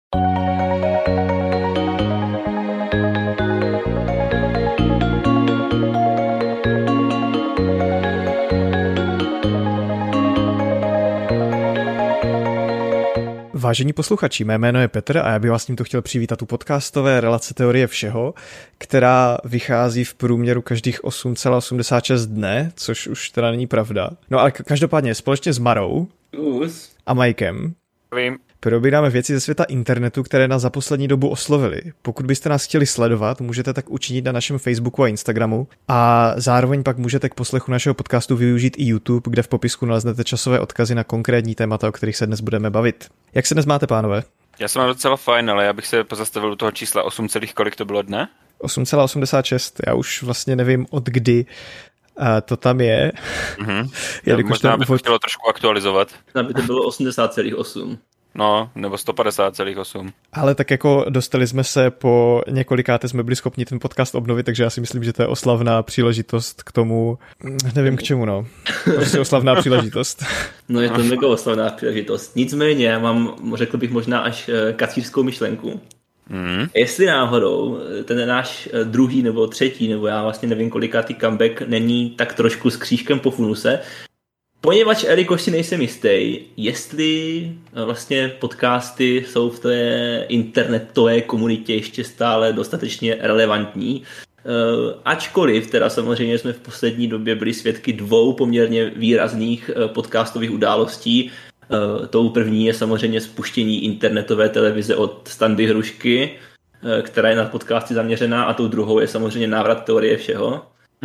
Vážení posluchači, mé jméno je Petr a já bych vás tímto chtěl přivítat u podcastové relace Teorie všeho, která vychází v průměru každých 8,86 dne, což už teda není pravda. No ale každopádně společně s Marou a Majkem probíráme věci ze světa internetu, které nás za poslední dobu oslovily. Pokud byste nás chtěli sledovat, můžete tak učinit na našem Facebooku a Instagramu a zároveň pak můžete k poslechu našeho podcastu využít i YouTube, kde v popisku naleznete časové odkazy na konkrétní témata, o kterých se dnes budeme bavit. Jak se dnes máte, pánové? Já jsem mám docela fajn, ale já bych se pozastavil u toho čísla 8, kolik to bylo dne? 8,86. Já už vlastně nevím, od kdy to tam je. Možná bych chtělo trošku aktualizovat. Aby to bylo 80,8. No, nebo 150,8. Ale tak jako dostali jsme se po několikáté, jsme byli schopni ten podcast obnovit, takže já si myslím, že to je oslavná příležitost k tomu, nevím k čemu, no. Prostě oslavná příležitost. No je to mega oslavná příležitost. Nicméně já mám, řekl bych možná až kacířskou myšlenku. Jestli náhodou ten náš druhý nebo třetí, nebo já vlastně nevím kolikátý comeback není tak trošku s křížkem po funuse, poněvadž, jelikož si nejsem jistý, jestli vlastně podcasty jsou v té internetové komunitě ještě stále dostatečně relevantní, ačkoliv teda samozřejmě jsme v poslední době byli svědky dvou poměrně výrazných podcastových událostí. Tou první je samozřejmě spuštění internetové televize od Standy Hrušky, která je na podcasty zaměřená, a tou druhou je samozřejmě návrat Teorie všeho.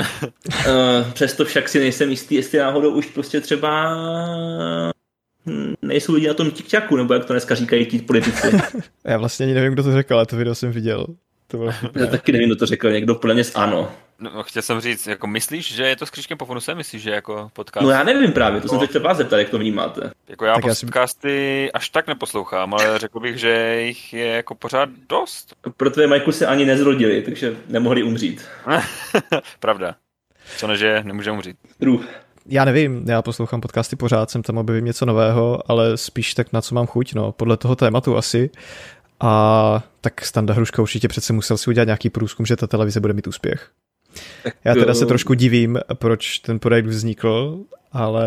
Přesto však si nejsem jistý, jestli náhodou už prostě třeba nejsou lidi na tom TikToku, nebo jak to dneska říkají ti politici. Já vlastně ani nevím, kdo to řekl, ale to video jsem viděl. Já taky nevím, kdo to řekl, někdo podle mě z ANO. No, chtěl jsem říct, jako myslíš, že je to s křížkem po funuse? Myslíš, že jako podcast? No já nevím právě, to jsem se chtěl vás zeptat, jak to vnímáte. Jako já podcasty až tak neposlouchám, ale řekl bych, že jich je jako pořád dost. Pro tvé Majku se ani nezrodili, takže nemohli umřít. Pravda. Co neže, nemůže umřít. Já nevím, já poslouchám podcasty pořád, jsem tam objevím něco nového, ale spíš tak na co mám chuť, no, podle toho tématu asi. A tak Standa Hruška určitě přece musel si udělat nějaký průzkum, že ta televize bude mít úspěch. Já teda se trošku divím, proč ten projekt vznikl, ale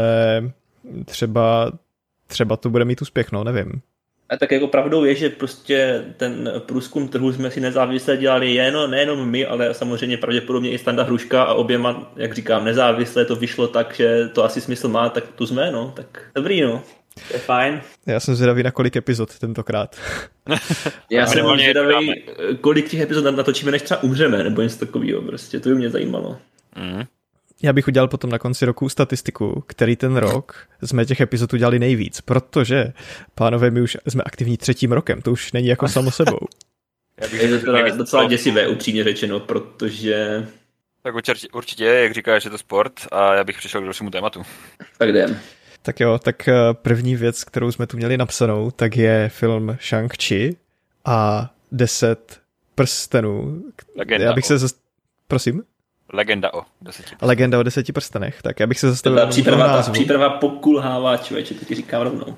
třeba to bude mít úspěch, no, nevím. A tak jako pravdou je, že prostě ten průzkum trhu jsme si nezávisle dělali nejenom my, ale samozřejmě pravděpodobně i Standa Hruška, a oběma, jak říkám, nezávisle to vyšlo tak, že to asi smysl má, tak tu jsme, no, tak dobrý, no. To je fajn. Já jsem zvědavý, na kolik epizod tentokrát. Já jsem zvědavý, kolik těch epizod natočíme, než třeba umřeme, nebo něco takového, prostě, to by mě zajímalo. Já bych udělal potom na konci roku statistiku, který ten rok jsme těch epizod udělali nejvíc, protože, pánové, my už jsme aktivní 3. rokem, to už není jako samo sebou. Je to teda docela děsivé, upřímně řečeno, protože... Tak určitě, jak říkáš, je to sport a já bych přišel k dalšímu tématu. Tak jdem. Tak jo, tak první věc, kterou jsme tu měli napsanou, tak je film Shang-Chi a 10 prstenů. Legenda já bych se Prosím? Legenda o 10 prstenech. Legenda o 10 prstenech. Tak já bych se zastavil příprava pokulhává, člověče, to ti říkám rovnou.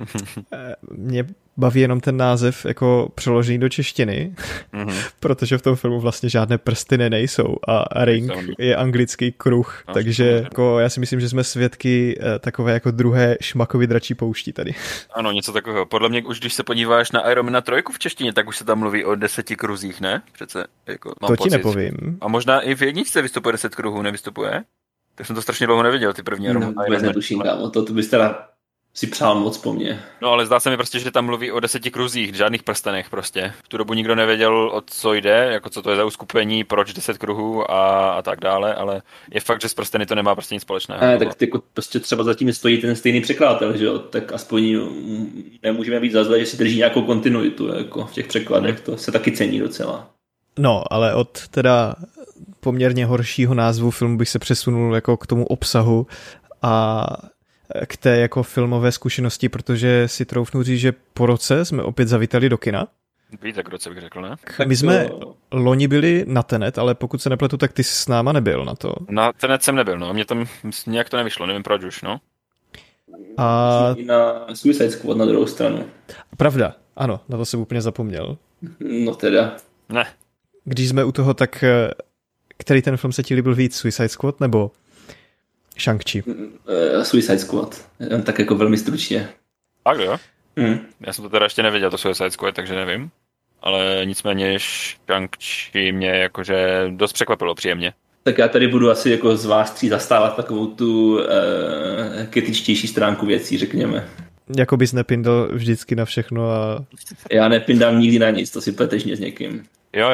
Mě baví jenom ten název jako přeložený do češtiny, protože v tom filmu vlastně žádné prsteny nejsou a ring je anglický kruh, takže jako já si myslím, že jsme svědky takové jako druhé Šmakovy dračí pouští tady. Ano, něco takového. Podle mě už když se podíváš na Iron Man 3 v češtině, tak už se tam mluví o 10 kruzích, ne? Přece, jako, to ti nepovím. A možná i v jedničce vystupuje 10 kruhů, nevystupuje? Tak jsem to strašně dlouho neviděl, ty první Iron Man. Netuším, kámo, to bys teda si přál moc po mně. No ale zdá se mi prostě, že tam mluví o 10 kruzích, žádných prstenech prostě. V tu dobu nikdo nevěděl, o co jde, jako co to je za uskupení, proč 10 kruhů a tak dále, ale je fakt, že s prsteny to nemá prostě nic společného. Tak jako prostě třeba zatím stojí ten stejný překladatel, že jo, tak aspoň nemůžeme být za zlé, že si drží nějakou kontinuitu, jako v těch překladech, to se taky cení docela. No, ale od teda poměrně horšího názvu filmu bych se přesunul jako k tomu obsahu a k té jako filmové zkušenosti, protože si troufnu říct, že po roce jsme opět zavítali do kina. Víte, k roce bych řekl, ne? My jsme loni byli na Tenet, ale pokud se nepletu, tak ty jsi s náma nebyl na to. Na Tenet jsem nebyl, no. Mně tam nějak to nevyšlo, nevím proč už, no. A na Suicide Squad na druhou stranu. Pravda. Ano, na to jsem úplně zapomněl. No teda. Ne. Když jsme u toho, tak který ten film se ti líbil víc? Suicide Squad nebo Shang-Chi? Suicide Squad. Tak jako velmi stručně. Tak jo? Já jsem to teda ještě nevěděl, to Suicide Squad, takže nevím. Ale nicméně Shang-Chi mě jakože dost překvapilo příjemně. Tak já tady budu asi jako z vás tří zastávat takovou tu kritičtější stránku věcí, řekněme. Jako bys nepindal vždycky na všechno a... Já nepindám nikdy na nic, to si pleteš s někým. Jo.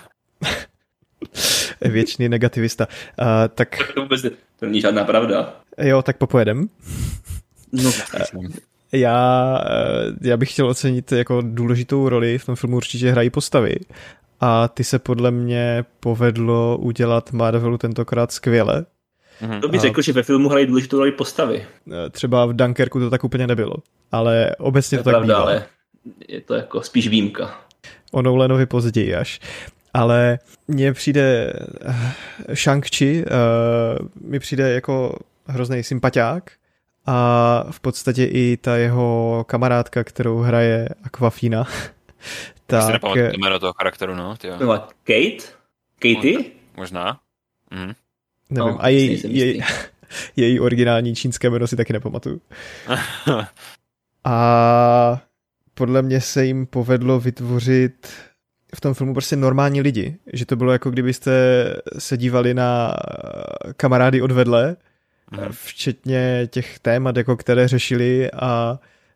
Věčný negativista. Tak... To není žádná pravda. Jo, tak popojedem. No, já bych chtěl ocenit jako důležitou roli, v tom filmu určitě hrají postavy. A ty se podle mě povedlo udělat Marvelu tentokrát skvěle. To bych řekl, že ve filmu hrají důležitou roli postavy. Třeba v Dunkerku to tak úplně nebylo. Ale obecně to tak pravda, bývá. Ale je to jako spíš výjimka. O Nolanovi později až. Ale mně přijde Shang-Chi, mi přijde jako hrozný sympatiák a v podstatě i ta jeho kamarádka, kterou hraje Aquafina. Tak si nepamatuji jméno toho charakteru, no. No a Katie? Možná. Nevím, a její originální čínské jméno si taky nepamatuju. A podle mě se jim povedlo vytvořit v tom filmu prostě normální lidi. Že to bylo jako kdybyste se dívali na kamarády odvedle, včetně těch témat, jako které řešili a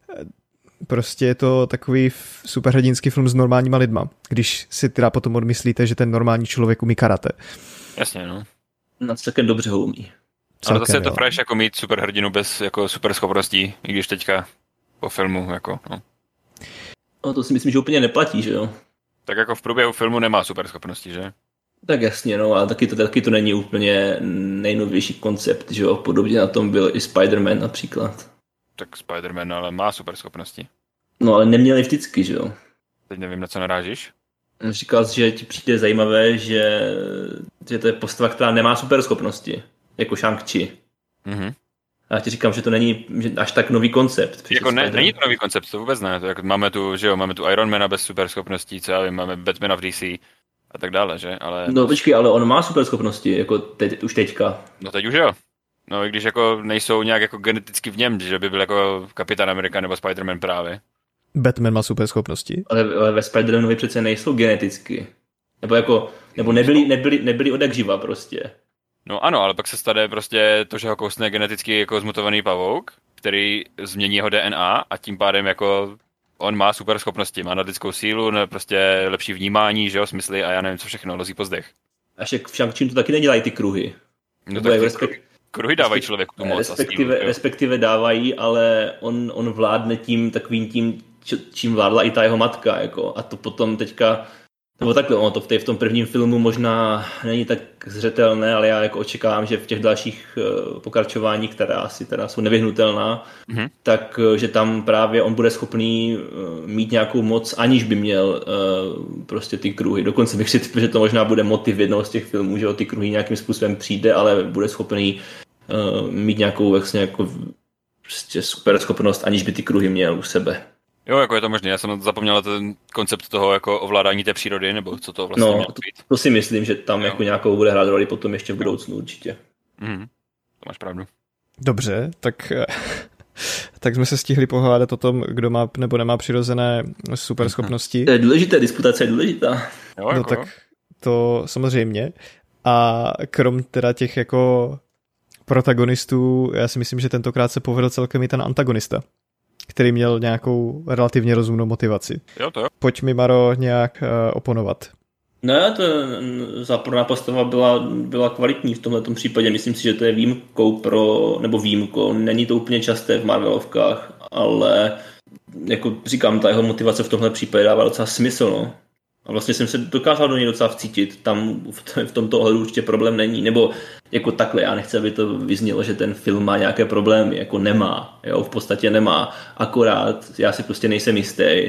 prostě je to takový superhrdinský film s normálníma lidma, když si teda potom odmyslíte, že ten normální člověk umí karate. Jasně, no. No, to celkem dobře ho umí. Ale zase je to fresh jako mít superhrdinu bez jako super schopností, i když teďka po filmu, jako, no. No to si myslím, že úplně neplatí, že jo? Tak jako v průběhu filmu nemá super schopnosti, že? Tak jasně, no, ale taky to není úplně nejnovější koncept, že jo? Podobně na tom byl i Spider-Man například. Tak Spider-Man ale má super schopnosti. No, ale neměli vždycky, že jo? Teď nevím, na co narážíš. Říkal jsi, že ti přijde zajímavé, že to je postava, která nemá super schopnosti, jako Shang-Chi. A já ti říkám, že to není až tak nový koncept. Jako není to nový koncept, to vůbec ne. To jako máme tu Ironmana bez superschopností, co já vím, máme Batmana v DC a tak dále, že? Ale... No počkej, ale on má superschopnosti, jako už teďka. No teď už jo. No i když jako nejsou nějak jako geneticky v něm, že by byl jako Kapitán Amerika nebo Spider-Man právě. Batman má superschopnosti. Ale ve Spider-Manovi přece nejsou geneticky. Nebo nebyli odjakživa prostě. No ano, ale pak se stane prostě to, že ho kousne geneticky jako zmutovaný pavouk, který změní jeho DNA a tím pádem jako on má super schopnosti, má nadlidskou sílu, prostě lepší vnímání, že jo, smysly a já nevím co všechno, lozí po zdech. Až jak v Shang-Chi to taky nedělají ty kruhy. No tak kruhy dávají člověku tu moc. Respektive dávají, ale on vládne tím takovým tím, čím vládla i ta jeho matka, jako, a to potom teďka, nebo takhle, ono to v tom prvním filmu možná není tak zřetelné, ale já jako očekávám, že v těch dalších pokračováních, která asi teda jsou nevyhnutelná, tak že tam právě on bude schopný mít nějakou moc, aniž by měl prostě ty kruhy. Dokonce bych si typil, že to možná bude motiv jednoho z těch filmů, že o ty kruhy nějakým způsobem přijde, ale bude schopný mít nějakou vlastně jako prostě super schopnost, aniž by ty kruhy měl u sebe. Jo, jako je to možné. Já jsem zapomněl ten koncept toho jako ovládání té přírody, nebo co to vlastně mělo být. To si myslím, že tam jako nějakou bude hrát roli potom ještě v budoucnu určitě. To máš pravdu. Dobře, tak jsme se stihli pohádat o tom, kdo má nebo nemá přirozené superschopnosti. To je důležité, disputace je důležitá. Jo, no tak to samozřejmě. A krom teda těch jako protagonistů, já si myslím, že tentokrát se povedl celkem i ten antagonista, který měl nějakou relativně rozumnou motivaci. Jo, to jo. Pojď mi, Maro, nějak oponovat. Ne, záporná postava byla kvalitní v tomhletom případě. Myslím si, že to je výjimkou, není to úplně časté v Marvelovkách, ale jako říkám, ta jeho motivace v tomhle případě dává docela smysl, no. A vlastně jsem se dokázal do něj docela vcítit. Tam v tomto ohledu určitě problém není. Nebo jako takhle, já nechci, aby to vyznělo, že ten film má nějaké problémy. Jako nemá. Jo, v podstatě nemá. Akorát já si prostě nejsem jistý,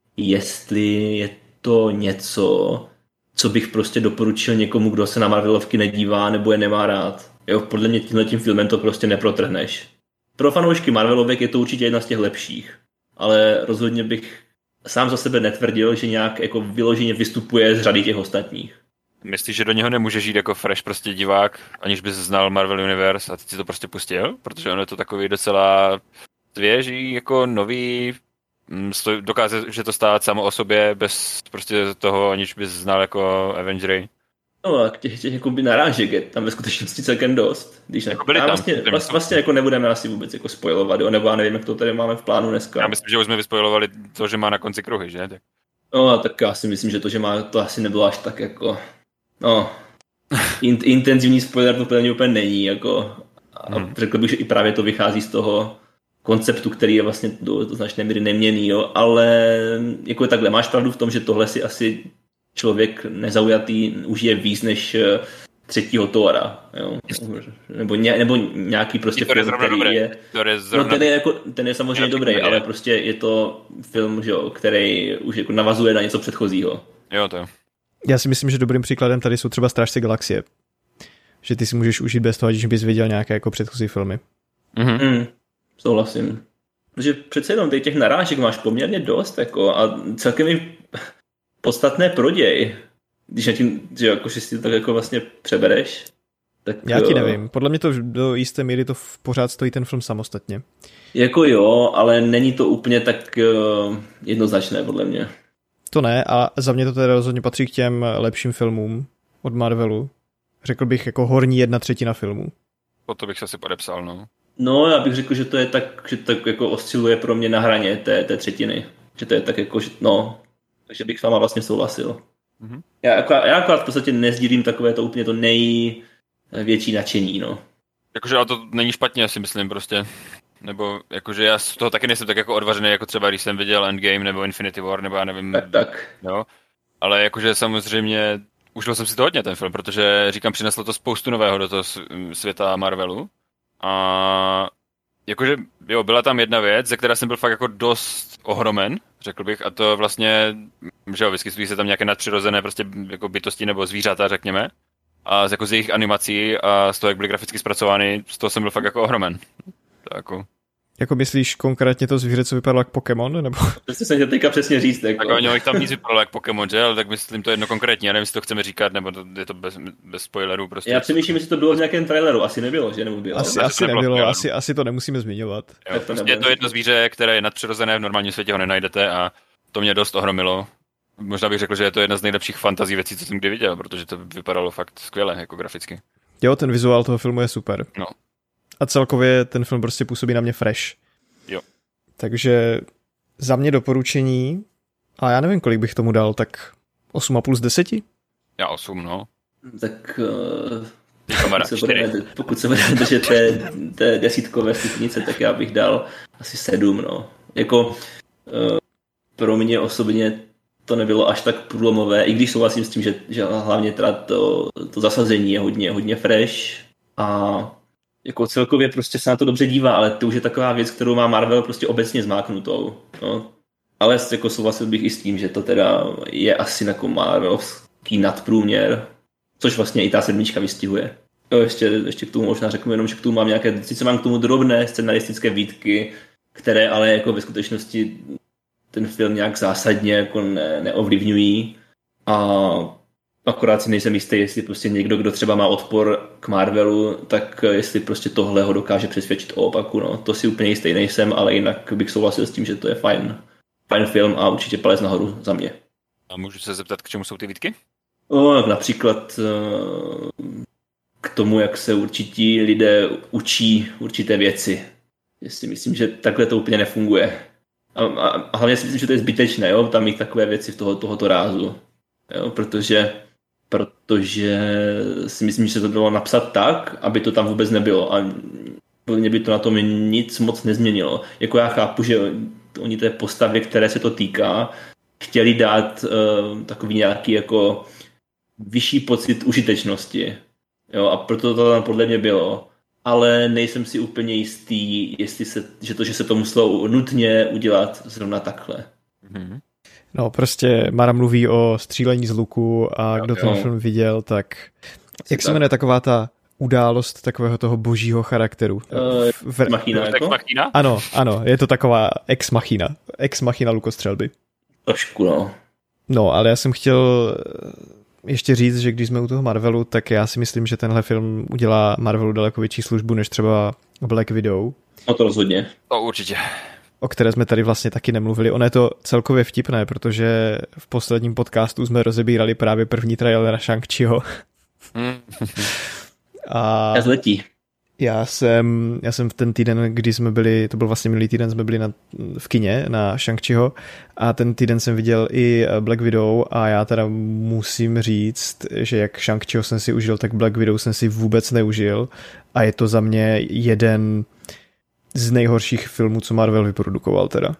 jestli je to něco, co bych prostě doporučil někomu, kdo se na Marvelovky nedívá nebo je nemá rád. Jo, podle mě tímhletím filmem to prostě neprotrhneš. Pro fanoušky Marvelovek je to určitě jedna z těch lepších. Ale rozhodně bych sám za sebe netvrdil, že nějak jako vyloženě vystupuje z řady těch ostatních. Myslíš, že do něho nemůže žít jako fresh prostě divák, aniž bys znal Marvel Universe a teď si to prostě pustil? Protože on je to takový docela svěží, jako nový, dokáže že to stát samo o sobě bez prostě toho, aniž bys znal jako Avengery. No a těch jakoby narážek je tam ve skutečnosti celkem dost. Když jako byli tam, vlastně jako nebudeme asi vůbec jako spoilovat, jo? Nebo já nevím, jak to tady máme v plánu dneska. Já myslím, že už jsme vyspoilovali to, že má na konci kruhy, že? No tak já si myslím, že to, že má, to asi nebylo až tak jako, no, intenzivní spoiler to úplně není, jako, a řekl bych, že i právě to vychází z toho konceptu, který je vlastně do značné míry neměnný, jo, ale jako takhle, máš pravdu v tom, že tohle si asi člověk nezaujatý užije víc než třetího Thora, jo, nebo nějaký prostě film, který je, no ten je samozřejmě dobrý, ale prostě je to film, že jo, který už jako navazuje na něco předchozího. Jo, to jo. Já si myslím, že dobrým příkladem tady jsou třeba Strážci galaxie. Že ty si můžeš užít bez toho, aniž bys viděl nějaké jako předchozí filmy. Souhlasím. Protože přece jenom těch narážek máš poměrně dost jako, a celkem i podstatné proděj. Když na tím, že si to tak jako vlastně přebereš. Tak, já ti nevím. Podle mě to do jisté míry to pořád stojí ten film samostatně. Jako jo, ale není to úplně tak jednoznačné podle mě. To ne, a za mě to teda rozhodně patří k těm lepším filmům od Marvelu. Řekl bych jako horní 1/3 filmů. Po to bych se asi podepsal, no. No, já bych řekl, že to je tak, že tak jako osciluje pro mě na hraně té třetiny. Že to je tak jako, že, no, takže bych s váma vlastně souhlasil. Mm-hmm. Já akorát v podstatě nezdílím takové to úplně to největší nadšení, no. Jakože ale to není špatně, si myslím prostě. Nebo jakože já z toho taky nejsem tak jako odvařený, jako třeba když jsem viděl Endgame nebo Infinity War, nebo já nevím. Tak. Jo. Ale jakože samozřejmě užil jsem si to hodně ten film, protože říkám, přineslo to spoustu nového do toho světa Marvelu. A jakože jo, byla tam jedna věc, ze které jsem byl fakt jako dost ohromen, řekl bych, a to vlastně, že jo, vyskytují se tam nějaké nadpřirozené prostě jako bytosti nebo zvířata, řekněme. A jako z jejich animací a z toho, jak byly graficky zpracovány, z toho jsem byl fakt jako ohromen. Jako myslíš konkrétně to zvíře, co vypadalo jak Pokémon, nebo? Prostě jsem chtěl teďka přesně říct. Jako. Tak ono jich tam nic vypadalo jak Pokémon, že? Ale tak myslím to jedno konkrétně, já nevím, jestli to chceme říkat, nebo je to bez spoilerů prostě. Já přemýšlím, jestli to bylo v nějakém traileru, asi nebylo, že? Nebo bylo? Asi nebylo, asi to nemusíme zmiňovat. Jo, prostě je to jedno zvíře, které je nadpřirozené, v normálním světě ho nenajdete a to mě dost ohromilo. Možná bych řekl, že je to jedna z nejlepších fantazí věcí, co jsem kdy viděl, protože to vypadalo fakt skvěle, jako graficky. Jo, ten vizuál toho filmu je super. No. A celkově ten film prostě působí na mě fresh. Jo. Takže za mě doporučení, a já nevím, kolik bych tomu dal, tak 8,5 z 10? Já 8, no. Tak pokud se budeme držet té desítkové stupnice, tak já bych dal asi 7, no. Jako pro mě osobně to nebylo až tak průlomové, i když souhlasím s tím, že hlavně teda to zasazení je hodně fresh a jako celkově prostě se na to dobře dívá, ale to už je taková věc, kterou má Marvel prostě obecně zmáknutou. No. Ale jako souhlasil bych i s tím, že to teda je asi jako Marvelovský nadprůměr, což vlastně i ta 7 vystihuje. Jo, ještě k tomu možná řeknu jenom, že k tomu mám nějaké, sice mám k tomu drobné scenaristické výtky, které ale jako ve skutečnosti ten film nějak zásadně jako neovlivňují a akorát si nejsem jistý, jestli prostě někdo, kdo třeba má odpor k Marvelu, tak jestli prostě tohle ho dokáže přesvědčit o opaku. No. To si úplně jistý nejsem, ale jinak bych souhlasil s tím, že to je fajn film a určitě palec nahoru za mě. A můžu se zeptat, k čemu jsou ty výtky? Například k tomu, jak se určití lidé učí určité věci. Já si myslím, že takhle to úplně nefunguje. A hlavně si myslím, že to je zbytečné, jo? Tam mít takové věci v tohoto rázu. Jo? Protože si myslím, že se to dalo napsat tak, aby to tam vůbec nebylo. A mě by to na tom nic moc nezměnilo. Jako já chápu, že oni té postavě, které se to týká, chtěli dát takový nějaký jako vyšší pocit užitečnosti. Jo? A proto to tam podle mě bylo. Ale nejsem si úplně jistý, že se to muselo nutně udělat zrovna takhle. Mm-hmm. No prostě Mara mluví o střílení z luku a kdo ten film viděl, tak jak se jmenuje taková ta událost takového toho božího charakteru? Ex machina, jako? Ex machina? Ano, je to taková ex machina lukostřelby. Trošku, no. No, ale já jsem chtěl ještě říct, že když jsme u toho Marvelu, tak já si myslím, že tenhle film udělá Marvelu daleko větší službu, než třeba Black Widow. No to rozhodně. To určitě. O které jsme tady vlastně taky nemluvili. Ono je to celkově vtipné, protože v posledním podcastu jsme rozebírali právě první trailer Shang-Chiho. A Letí. já jsem v ten týden, kdy jsme byli, to byl vlastně minulý týden, jsme byli v kině na Shang-Chiho a ten týden jsem viděl i Black Widow a já teda musím říct, že jak Shang-Chiho jsem si užil, tak Black Widow jsem si vůbec neužil a je to za mě jeden z nejhorších filmů, co Marvel vyprodukoval teda.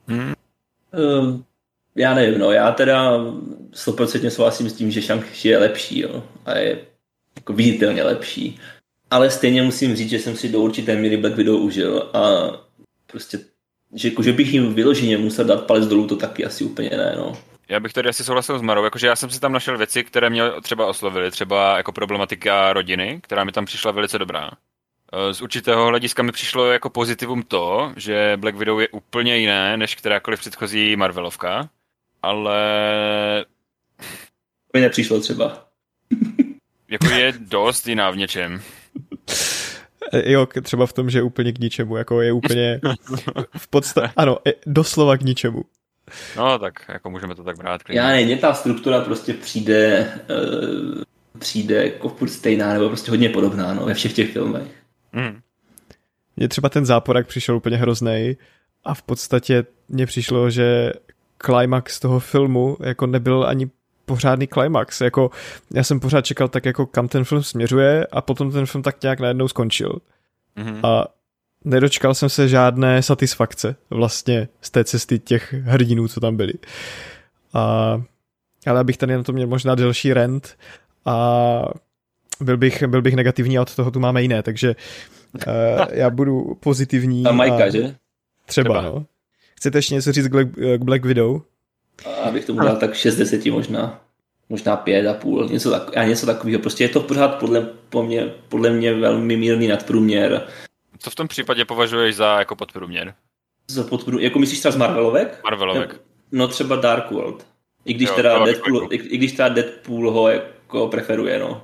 Já nevím, no, já teda 100% souhlasím s tím, že Shang-Chi je lepší, jo, a je jako viditelně lepší. Ale stejně musím říct, že jsem si do určité míry Black Widow užil a prostě, že bych jim vyloženě musel dát palec dolů, to taky asi úplně ne, no. Já bych tady asi souhlasil s Marou, jakože já jsem si tam našel věci, které mě třeba oslovily, třeba jako problematika rodiny, která mi tam přišla velice dobrá. Z určitého hlediska mi přišlo jako pozitivum to, že Black Widow je úplně jiné, než kterákoliv předchozí Marvelovka, ale... Mi nepřišlo třeba. Jako je dost jiná v něčem. Jo, třeba v tom, že je úplně k ničemu, jako je úplně v podstatě, ano, doslova k ničemu. No tak, jako můžeme to tak brát. Já ne, mně ta struktura prostě přijde jako furt stejná, nebo prostě hodně podobná, no, ve všech těch filmech. Mně třeba ten záporák přišel úplně hroznej a v podstatě mně přišlo, že klimax toho filmu jako nebyl ani pořádný klimax, jako já jsem pořád čekal tak jako kam ten film směřuje a potom ten film tak nějak najednou skončil. A nedočkal jsem se žádné satisfakce vlastně z té cesty těch hrdinů, co tam byli. Ale abych tady na to měl možná delší rant a byl bych negativní a od toho tu máme jiné, takže já budu pozitivní. A Majka, že? Třeba, no. Chcete ještě něco říct k Black Widow? Abych tomu dal tak 6 10 možná 5,5, něco takového. Prostě je to pořád podle mě velmi mírný nadprůměr. Co v tom případě považuješ za jako podprůměr? Jako myslíš třeba z Marvelovek? Marvelovek. No třeba Dark World. I když teda Deadpool ho jako preferuje, no.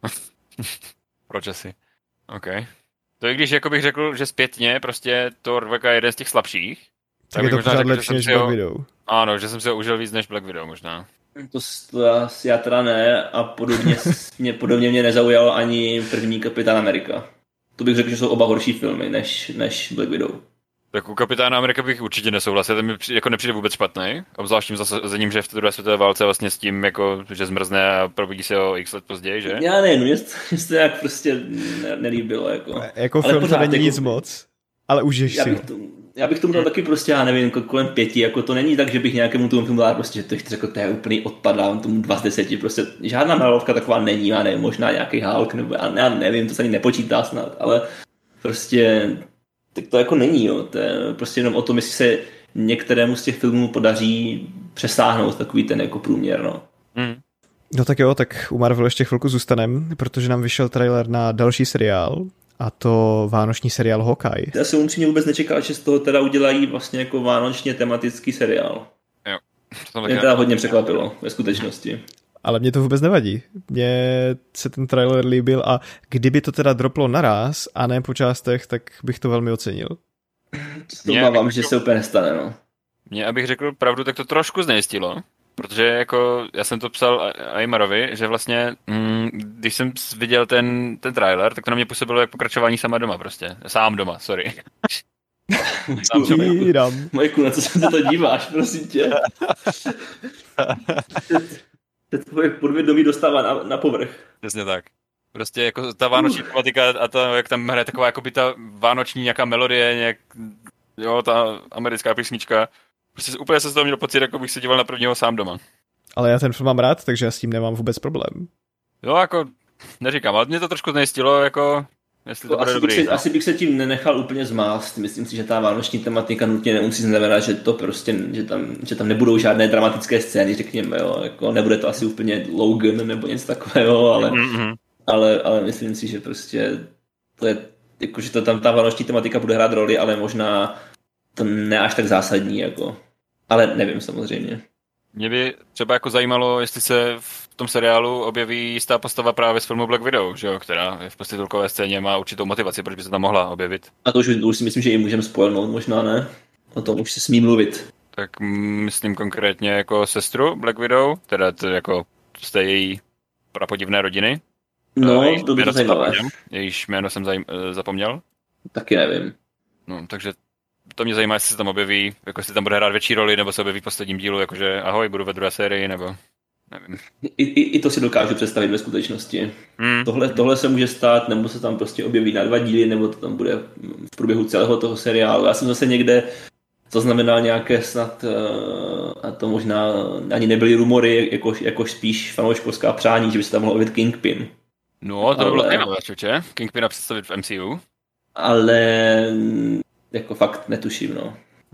Proč asi? OK. To i když jako bych řekl, že zpětně prostě Thor je jeden z těch slabších. Tak je to pořád lepší než Black Widow. Ano, že jsem si ho užil víc než Black Widow možná. To já teda ne a podobně mě nezaujalo ani první Kapitán Amerika. To bych řekl, že jsou oba horší filmy než Black Widow. Tak u Kapitána Amerika bych určitě nesouhlasil, ten mi jako nepřijde vůbec špatný, obzvlášť tím zasazením, že v té druhé světové válce vlastně s tím, jako, že zmrzne a probudí se o x let později, že? Já nevím, mě to jak prostě nelíbilo. Jako film to není nic moc, ale užiješ si ho. Já bych tomu dal taky prostě, já nevím, kolem 5, jako to není tak, že bych nějakému tomu filmu dal prostě, že to řekl, to je úplný odpad, dám tomu 2 z 10, prostě žádná Marvelovka taková není, já nevím, možná nějaký Hulk, nebo já nevím, to se ani nepočítá snad, ale prostě tak to jako není, jo, to je prostě jenom o tom, jestli se některému z těch filmů podaří přesáhnout takový ten jako průměr, no. No tak jo, tak u Marvelu ještě chvilku zůstanem, protože nám vyšel trailer na další seriál, a to vánoční seriál Hawkeye. Já jsem upřímně vůbec nečekal, že z toho teda udělají vlastně jako vánočně tematický seriál. Jo. Mě teda hodně překvapilo ve skutečnosti. Ale mě to vůbec nevadí. Mně se ten trailer líbil a kdyby to teda droplo naraz a ne po částech, tak bych to velmi ocenil. To obávám, že se úplně nestane, no. Mě, abych řekl pravdu, tak to trošku znejistilo. Protože jako já jsem to psal Aimarovi, že vlastně, když jsem viděl ten trailer, tak to na mě působilo jak pokračování Sám doma, sorry. Majku, na co se to díváš, prosím tě? Teď tvoje podvědomí dostává na povrch. Přesně tak. Prostě jako ta vánoční tematika a to, jak tam hraje taková jako by ta vánoční nějaká melodie, ta americká písnička. Prostě úplně se z toho měl pocit, jako bych se díval na prvního Sám doma. Ale já ten film mám rád, takže já s tím nemám vůbec problém. Jo, jako neříkám, ale mě to trošku znejistilo, jako jestli to bude dobrý. Asi bych se tím nenechal úplně zmást. Myslím si, že ta vánoční tematika nutně nemusí znamenat, že to prostě, že tam nebudou žádné dramatické scény, řekněme, jo. Jako nebude to asi úplně Logan nebo něco takového, ale myslím si, že prostě to je, jako, že to tam ta vánoční tematika bude hrát roli, ale možná to ne až tak zásadní, jako. Ale nevím samozřejmě. Mě by třeba jako zajímalo, jestli se v tom seriálu objeví jistá postava právě z filmu Black Widow, že jo, která je v prostitulkové scéně, má určitou motivaci, proč by se tam mohla objevit. A to už si myslím, že i můžeme spoilnout, možná ne. O tom už se smí mluvit. Tak myslím konkrétně jako sestru Black Widow, teda to jako z té její prapodivné rodiny. No, to by to zajímavé. Jejíž jméno jsem zapomněl. Taky nevím. No, takže to mě zajímá, jestli se tam objeví, jako jestli tam bude hrát větší roli, nebo se objeví v posledním dílu, jakože ahoj, budu ve druhé sérii, nebo nevím. I to si dokážu představit ve skutečnosti. Tohle se může stát, nebo se tam prostě objeví na 2 díly, nebo to tam bude v průběhu celého toho seriálu. Já jsem zase někde zaznamenal nějaké snad, a to možná ani nebyly rumory, jako spíš fanouškovská přání, že by se tam mohl objevit Kingpin. No, to by bylo zajímavé, čoče. Kingpina představit v MCU. Ale jako fakt netuším, no.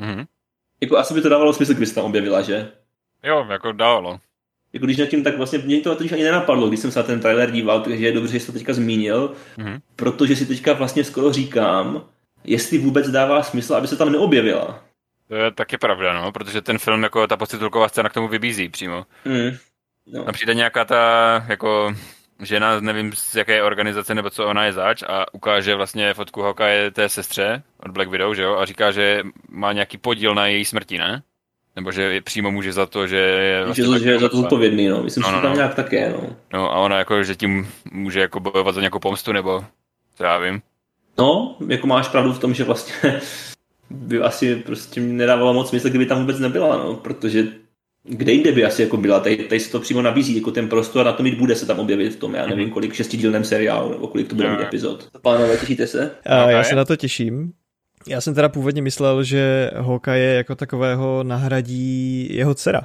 Jako asi by to dávalo smysl, kdyby se tam objevila, že? Jo, jako dávalo. Jako když nad tím, tak vlastně mě to ani nenapadlo, když jsem se na ten trailer díval, takže je dobře, že jsi to teďka zmínil, protože si teďka vlastně skoro říkám, jestli vůbec dává smysl, aby se tam neobjevila. To je taky pravda, no, protože ten film, jako ta prostitulková scéna k tomu vybízí přímo. No. Například nějaká ta, jako žena, nevím z jaké organizace nebo co ona je zač a ukáže vlastně fotku Hawkeye té sestře od Black Widow, že jo, a říká, že má nějaký podíl na její smrti, ne? Nebo že přímo může za to, že je vlastně že je za to zodpovědný, no. Myslím, že tam nějak také, no. No a ona jako, že tím může jako bojovat za nějakou pomstu, nebo co já vím. No, jako máš pravdu v tom, že vlastně by asi prostě nedávalo moc smysl, kdyby tam vůbec nebyla, no, protože kde jinde by asi jako byla, tady se to přímo nabízí, jako ten prostor, na to mít bude se tam objevit v tom, já nevím kolik, 6dílném seriálu, nebo kolik to bude mít epizod. Pánové, těšíte se? Já se na to těším. Já jsem teda původně myslel, že Hawkeye jako takového nahradí jeho dcera.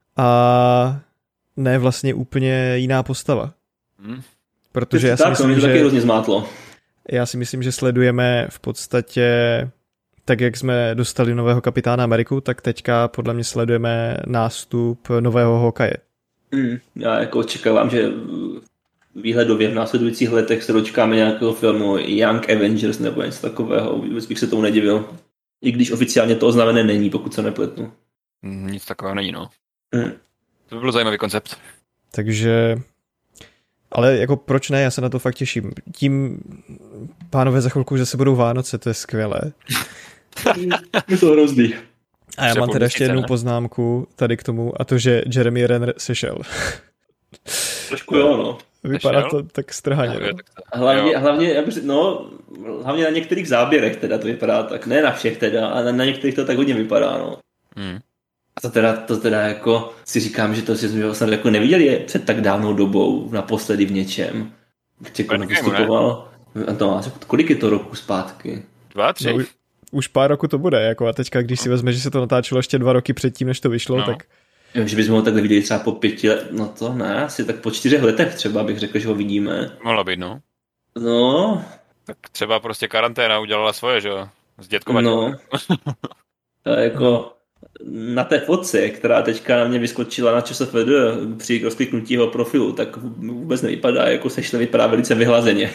A ne vlastně úplně jiná postava. Protože já si myslím, že taky hrozně zmátlo. Já si myslím, že sledujeme v podstatě tak, jak jsme dostali nového kapitána Ameriku, tak teďka podle mě sledujeme nástup nového Hawkeye. Já jako očekávám, že výhledově v následujících letech se dočkáme nějakého filmu Young Avengers nebo něco takového. Vůbec bych se tomu nedivil. I když oficiálně to oznámené není, pokud se nepletnu. Nic takového není, no. To by byl zajímavý koncept. Takže ale jako proč ne, já se na to fakt těším. Tím, pánové, za chvilku, že se budou Vánoce, to je skvělé. Je to hrozný. A já mám teda ještě jednu poznámku tady k tomu, a to, že Jeremy Renner sešel. Trošku jo, no. Vypadá to tak strhaně. Hlavně na některých záběrech teda to vypadá tak, ne na všech teda, ale na některých to tak hodně vypadá, no. A to teda jako si říkám, že to jsme snad jako neviděli před tak dávnou dobou naposledy v něčem. Když jako vystupoval. No, kolik je to roku zpátky? 2, 3? No, už pár roku to bude, jako a teďka, když si vezme, že se to natáčelo ještě 2 roky předtím, než to vyšlo, tak... Jo, že bychom ho takhle viděli třeba po 5 letech, no to ne, asi tak po 4 letech třeba bych řekl, že ho vidíme. Mohla být, no. No. Tak třeba prostě karanténa udělala svoje, že jo? S dětkovačkou. No. To jako na té fotce, která teďka na mě vyskočila na ČSFD při rozkliknutí jeho profilu, tak vůbec nevypadá, jako sešle, vypadá velice vyhlazeně.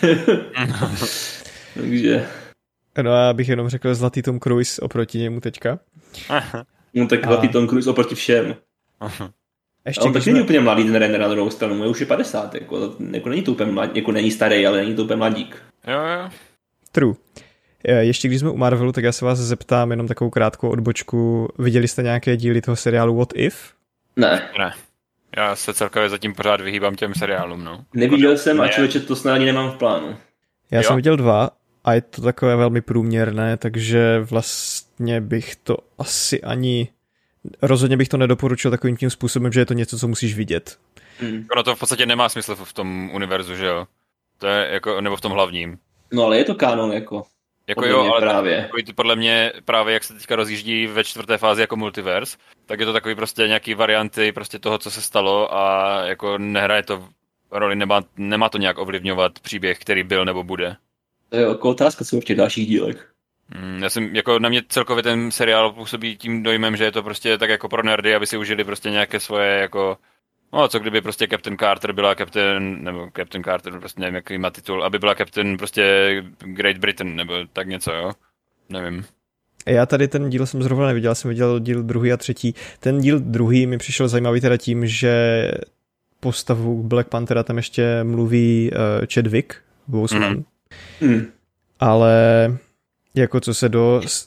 Takže... No a já bych jenom řekl zlatý Tom Cruise oproti němu teďka. No tak zlatý Tom Cruise oproti všem. Ještě on taky není úplně mladý ten Renner na druhou stranu, mu je už je 50, jako není to úplně mladý, jako není starý, ale není to úplně mladík. Jo. True. Ještě když jsme u Marvelu, tak já se vás zeptám jenom takovou krátkou odbočku. Viděli jste nějaké díly toho seriálu What If? Ne. Já se celkově zatím pořád vyhýbám těm seriálům, no. Neviděl jsem a člověče to snad ani nemám v plánu. Já jsem viděl 2 a je to takové velmi průměrné, takže vlastně bych to asi ani... Rozhodně bych to nedoporučil takovým tím způsobem, že je to něco, co musíš vidět. Ono to v podstatě nemá smysl v tom univerzu, že jo? To je jako, nebo v tom hlavním. No ale je to kánon, jako jo, ale právě. Takový podle mě právě, jak se teďka rozjíždí ve 4. fázi jako multiverse, tak je to takový prostě nějaký varianty prostě toho, co se stalo a jako nehraje to roli, nemá to nějak ovlivňovat příběh, který byl nebo bude. To je jako otázka, co v těch dalších dílech. Já jsem, jako na mě celkově ten seriál působí tím dojmem, že je to prostě tak jako pro nerdy, aby si užili prostě nějaké svoje jako, no co kdyby prostě Captain Carter byla Captain Carter, prostě nevím jaký má titul, aby byla Captain prostě Great Britain, nebo tak něco, jo, nevím. Já tady ten díl jsem zrovna neviděl, jsem viděl díl 2. a 3. Ten díl 2. mi přišel zajímavý teda tím, že postavu Black Panthera tam ještě mluví Chadwick Boseman. Ale jako co se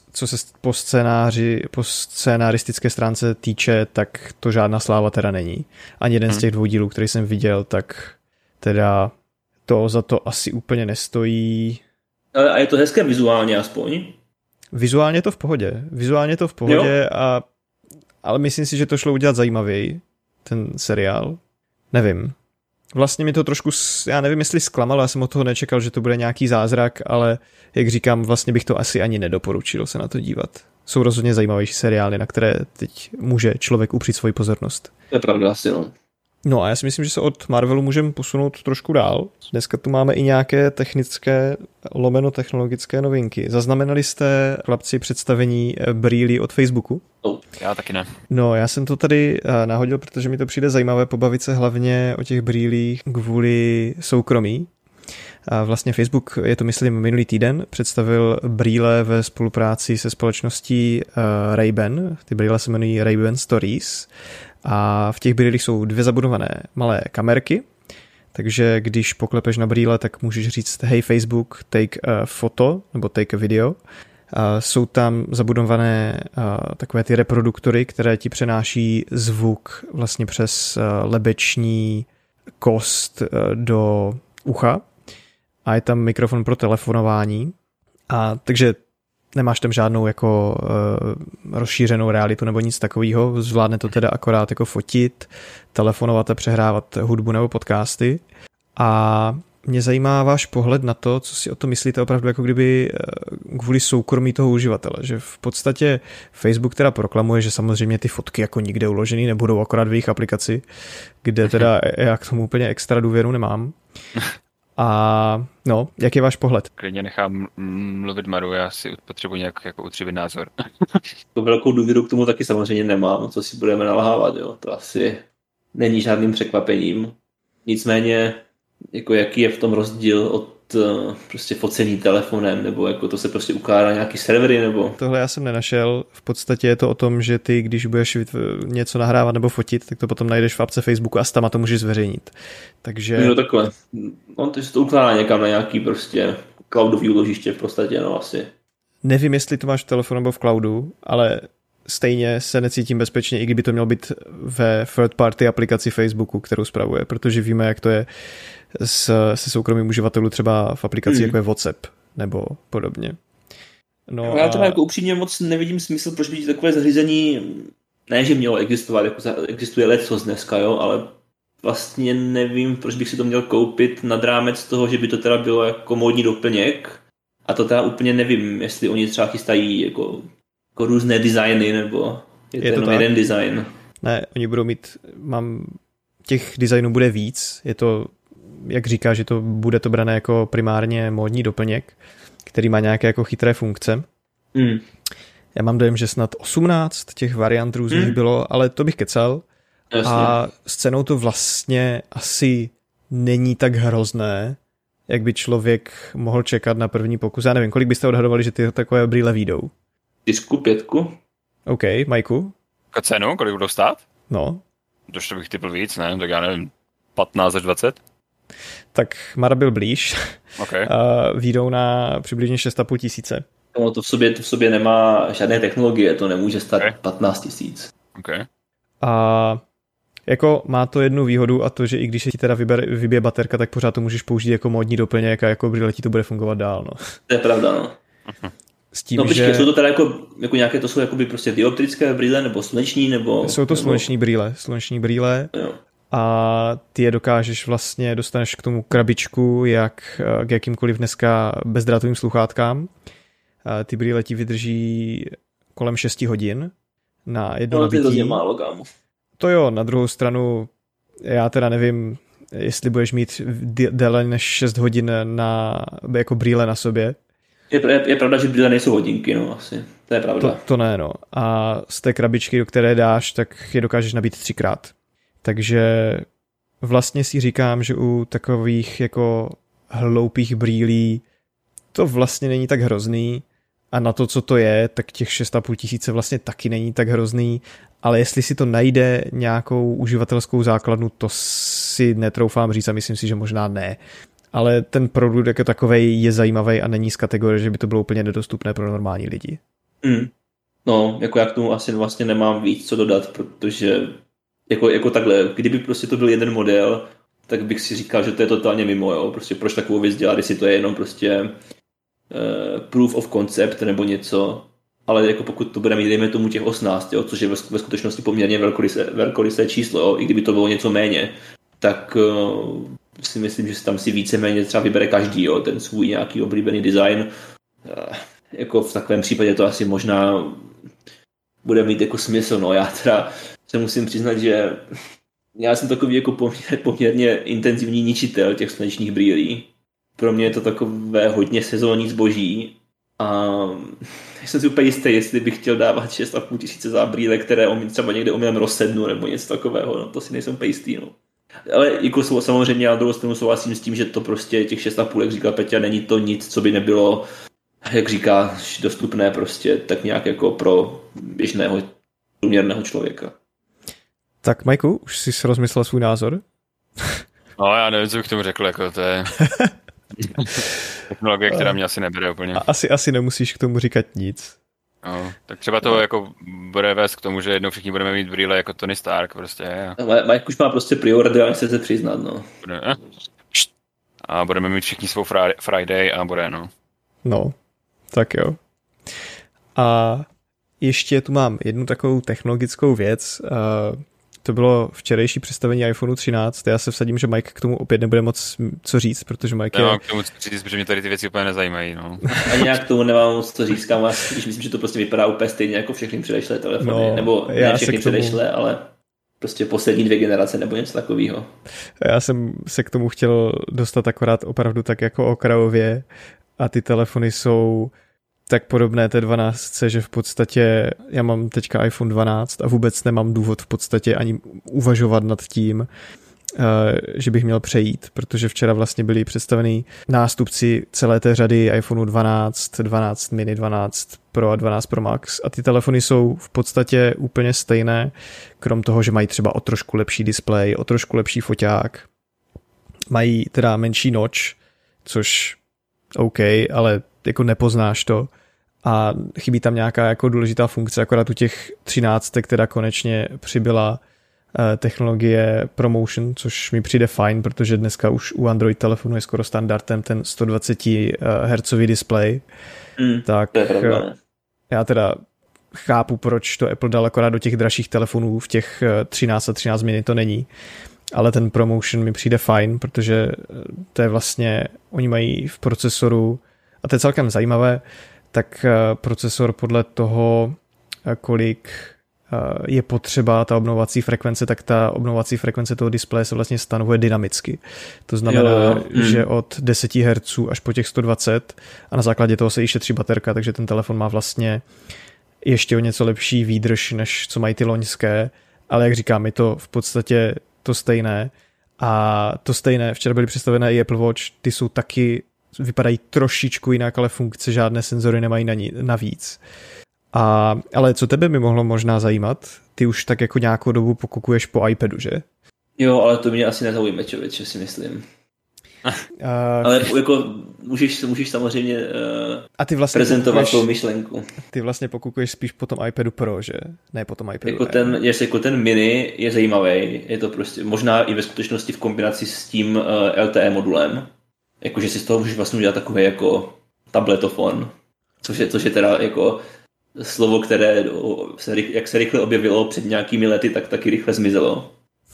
po scénaristické stránce týče, tak to žádná sláva teda není. Ani jeden z těch 2 dílů, který jsem viděl, tak teda to za to asi úplně nestojí. A je to hezké vizuálně aspoň? Vizuálně je to v pohodě, ale myslím si, že to šlo udělat zajímavěji, ten seriál. Nevím. Vlastně mi to trošku, já nevím, jestli zklamalo, já jsem od toho nečekal, že to bude nějaký zázrak, ale jak říkám, vlastně bych to asi ani nedoporučil se na to dívat. Jsou rozhodně zajímavější seriály, na které teď může člověk upřít svoji pozornost. To je pravda asi, no. No a já si myslím, že se od Marvelu můžeme posunout trošku dál. Dneska tu máme i nějaké technické technologické novinky. Zaznamenali jste, chlapci, představení brýlí od Facebooku? Já taky ne. No, já jsem to tady nahodil, protože mi to přijde zajímavé pobavit se hlavně o těch brýlích kvůli soukromí. A vlastně Facebook, je to myslím minulý týden, představil brýle ve spolupráci se společností Ray-Ban. Ty brýle se jmenují Ray-Ban Stories. A v těch brýlích jsou 2 zabudované malé kamerky, takže když poklepeš na brýle, tak můžeš říct hey Facebook, take a photo nebo take a video. Jsou tam zabudované takové ty reproduktory, které ti přenáší zvuk vlastně přes lebeční kost do ucha a je tam mikrofon pro telefonování. Takže nemáš tam žádnou jako rozšířenou realitu nebo nic takového, zvládne to teda akorát jako fotit, telefonovat a přehrávat hudbu nebo podcasty. A mě zajímá váš pohled na to, co si o to myslíte opravdu jako kdyby kvůli soukromí toho uživatele, že v podstatě Facebook teda proklamuje, že samozřejmě ty fotky jako nikde uložený nebudou, akorát v jejich aplikaci, kde teda já k tomu úplně extra důvěru nemám. A no, jak je váš pohled? Klidně nechám mluvit Maru, já si potřebuji nějak jako utřivit názor. To velkou důvěru k tomu taky samozřejmě nemám, co si budeme nalhávat, jo. To asi není žádným překvapením. Nicméně, jako jaký je v tom rozdíl od prostě focení telefonem, nebo jako to se prostě ukládá nějaký servery, nebo... Tohle já jsem nenašel. V podstatě je to o tom, že ty, když budeš něco nahrávat nebo fotit, tak to potom najdeš v apce Facebooku a tam to můžeš zveřejnit. Takže... No takhle. On to se to ukládá někam na nějaký prostě cloudový úložiště v podstatě, no asi. Nevím, jestli to máš v telefonu nebo v cloudu, ale stejně se necítím bezpečně, i kdyby to mělo být ve third party aplikaci Facebooku, kterou spravuje, protože víme, jak to je se soukromým uživatelů třeba v aplikaci jako je WhatsApp nebo podobně. No já teda jako upřímně moc nevidím smysl, proč by takové zařízení, ne, že mělo existovat, jako existuje lecos dneska, jo, ale vlastně nevím, proč bych si to měl koupit nad rámec toho, že by to teda bylo jako módní doplněk, a to teda úplně nevím, jestli oni třeba chystají jako různé designy, nebo je to jenom jeden design. Ne, oni budou mít, těch designů bude víc, je to, jak říká, že to bude to brané jako primárně módní doplněk, který má nějaké jako chytré funkce. Já mám dojem, že snad 18 těch variant různých bylo, ale to bych kecal. Jasně. A s cenou to vlastně asi není tak hrozné, jak by člověk mohl čekat na první pokus. Já nevím, kolik byste odhadovali, že ty takové brýle výjdou? 5. OK, Majku? A cenu? Kolik budou stát? No. Došlo bych typl víc, ne? Tak já nevím, 15 až 20? Tak Mara byl blíž. Okay. Výjdou na přibližně 6,5 tisíce. No, to v sobě nemá žádné technologie, to nemůže stát 15 tisíc. Okay. A jako má to jednu výhodu, a to, že i když se ti teda vybije baterka, tak pořád to můžeš použít jako módní doplněk a jako brýle ti to bude fungovat dál. No. To je pravda, no. S tím, no počkej, že... jsou to teda jako nějaké, to jsou jakoby prostě dioptrické brýle, nebo sluneční, nebo... Jsou to sluneční brýle. Jo. A ty je dostaneš k tomu krabičku, jak k jakýmkoliv dneska bezdrátovým sluchátkám. Ty brýle ti vydrží kolem 6 hodin na jedno nabití. To je málo, kámo. To jo, na druhou stranu, já teda nevím, jestli budeš mít déle než 6 hodin jako brýle na sobě. Je pravda, že brýle nejsou hodinky, no asi. To je pravda. To ne, no. A z té krabičky, do které dáš, tak je dokážeš nabít 3krát. Takže vlastně si říkám, že u takových jako hloupých brýlí to vlastně není tak hrozný a na to, co to je, tak těch 6,5 tisíce vlastně taky není tak hrozný, ale jestli si to najde nějakou uživatelskou základnu, to si netroufám říct a myslím si, že možná ne. Ale ten produkt jako takovej je zajímavý a není z kategorie, že by to bylo úplně nedostupné pro normální lidi. No, jako já k tomu asi vlastně nemám víc co dodat, protože jako takhle, kdyby prostě to byl jeden model, tak bych si říkal, že to je totálně mimo, jo, prostě proč takovou věc dělat, jestli to je jenom prostě proof of concept nebo něco, ale jako pokud to bude mít, dejme tomu těch 18, jo, což je ve skutečnosti poměrně velkorysé číslo, jo, i kdyby to bylo něco méně, tak si myslím, že si tam si víceméně třeba vybere každý, jo, ten svůj nějaký oblíbený design. Jako v takovém případě to asi možná bude mít jako smysl, no já teda se musím přiznat, že já jsem takový jako poměrně intenzivní ničitel těch slunečních brýlí. Pro mě je to takové hodně sezónní zboží a jsem si úplně jistý, jestli bych chtěl dávat 6,5 tisíce za brýle, které třeba někde omylem rozsednu nebo něco takového, no to si nejsem úplně jistý, no. Ale jako samozřejmě já na druhou stranu souhlasím s tím, že to prostě těch 6,5, jak říkal Peťa, není to nic, co by nebylo, jak říkáš, dostupné prostě tak nějak jako pro běžného průměrného člověka. Tak Majku, už jsi rozmyslel svůj názor? No já nevím, co bych k tomu řekl, jako to je technologie, která mě asi nebere úplně. Asi nemusíš k tomu říkat nic. No, tak třeba to jako bude vést k tomu, že jednou všichni budeme mít brýle jako Tony Stark prostě. Mike už má prostě priority, ale nechce se přiznat, no. A budeme mít všichni svou Friday a bude, no. No, tak jo. A ještě tu mám jednu takovou technologickou věc. To bylo včerejší představení iPhoneu 13. Já se vsadím, že Mike k tomu opět nebude moc co říct, protože Mike je... k tomu co říct, protože mě tady ty věci úplně nezajímají, no. Ani já k tomu nemám moc co říct, když myslím, že to prostě vypadá úplně stejně jako všechny předešlé telefony. No, nebo ne všechny předešlé, ale prostě poslední 2 generace nebo něco takového. Já jsem se k tomu chtěl dostat akorát opravdu tak jako okrajově a ty telefony jsou tak podobné té 12, že v podstatě já mám teďka iPhone 12 a vůbec nemám důvod v podstatě ani uvažovat nad tím, že bych měl přejít, protože včera vlastně byli představený nástupci celé té řady iPhoneu 12, 12 mini, 12 Pro a 12 Pro Max a ty telefony jsou v podstatě úplně stejné, krom toho, že mají třeba o trošku lepší displej, o trošku lepší foťák, mají teda menší notch, což OK, ale jako nepoznáš to a chybí tam nějaká jako důležitá funkce, akorát u těch 13, která konečně přibyla technologie ProMotion, což mi přijde fajn, protože dneska už u Android telefonu je skoro standardem ten 120 Hz display. Tak já teda chápu, proč to Apple dal akorát do těch dražších telefonů, v těch 13 a 13 mini to není. Ale ten ProMotion mi přijde fajn, protože to je vlastně, oni mají v procesoru, a to je celkem zajímavé, tak procesor podle toho, kolik je potřeba ta obnovovací frekvence, tak ta obnovovací frekvence toho displeje se vlastně stanovuje dynamicky. To znamená, že od 10 Hz až po těch 120 a na základě toho se i šetří baterka, takže ten telefon má vlastně ještě o něco lepší výdrž, než co mají ty loňské, ale jak říkám, je to v podstatě to stejné. A to stejné, včera byly představené i Apple Watch, ty jsou taky, vypadají trošičku jinak, ale funkce žádné senzory nemají navíc. Ale co tebe by mohlo možná zajímat? Ty už tak jako nějakou dobu pokukuješ po iPadu, že? Jo, ale to mě asi nezaujme, člověče, si myslím. Ale jako můžeš samozřejmě a ty vlastně prezentovat svou myšlenku. Ty vlastně pokukuješ spíš po tom iPadu Pro, že? Ne po tom iPadu jako ten mini je zajímavý, je to prostě možná i ve skutečnosti v kombinaci s tím LTE modulem. Jakože si z toho můžeš vlastně udělat takový jako tabletofon, což je teda jako slovo, které jak se rychle objevilo před nějakými lety, tak taky rychle zmizelo.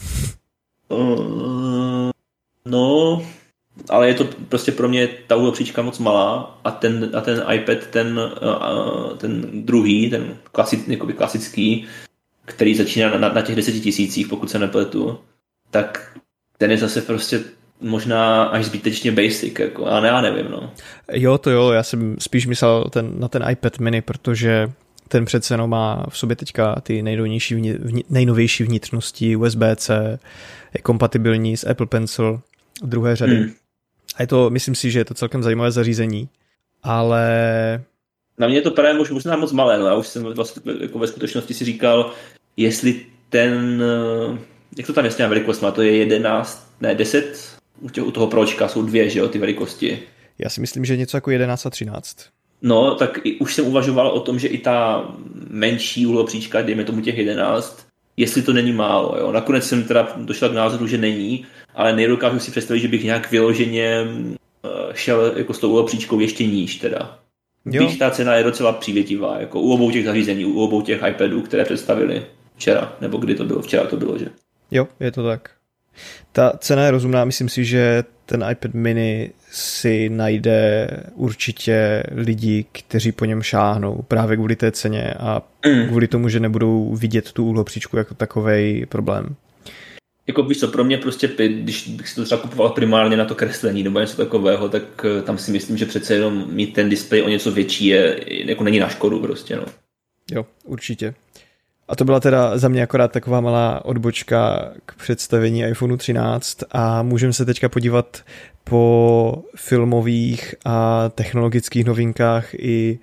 No, ale je to prostě pro mě ta úhlopříčka moc malá a ten iPad, ten druhý, ten klasický, který začíná na těch 10 000, pokud se nepletu, tak ten je zase prostě možná až zbytečně basic, jako, ale já nevím, no. Jo, to jo, já jsem spíš myslel na ten iPad mini, protože ten přece jenom má v sobě teďka ty nejnovější vnitřnosti USB-C, je kompatibilní s Apple Pencil druhé řady. A je to, myslím si, že je to celkem zajímavé zařízení, ale Na mě to právě možná moc malé, no já už jsem vlastně jako ve skutečnosti si říkal, jestli ten, jak to tam je s těma velikostma, to je 11, ne 10, u toho pročka jsou 2, že jo, ty velikosti. Já si myslím, že něco jako 11 a 13. No, tak už jsem uvažoval o tom, že i ta menší uhlopříčka, dejme tomu těch 11, jestli to není málo, jo. Nakonec jsem teda došel k názoru, že není, ale nedokážu si představit, že bych nějak vyloženě šel jako s tou uhlopříčkou ještě níž teda. Byť ta cena je docela přívětivá, jako u obou těch zařízení, u obou těch iPadů, které představili včera, nebo kdy to bylo, včera to bylo, že? Jo, je to tak. Ta cena je rozumná, myslím si, že ten iPad mini si najde určitě lidi, kteří po něm šáhnou právě kvůli té ceně a kvůli tomu, že nebudou vidět tu úhlopříčku jako takovej problém. Jako víš co, pro mě prostě, když bych si to třeba kupoval primárně na to kreslení nebo něco takového, tak tam si myslím, že přece jenom mít ten displej o něco větší jako není na škodu prostě, no. Jo, určitě. A to byla teda za mě akorát taková malá odbočka k představení iPhoneu 13 a můžeme se teďka podívat po filmových a technologických novinkách i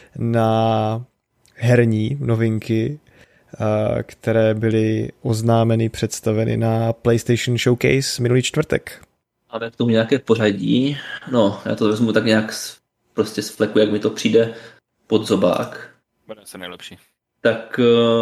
na herní novinky, které byly oznámeny, představeny na PlayStation Showcase minulý čtvrtek. Ale k tomu nějaké pořadí, no, já to vezmu tak nějak prostě z fleku, jak mi to přijde pod zobák. Bude se nejlepší. Tak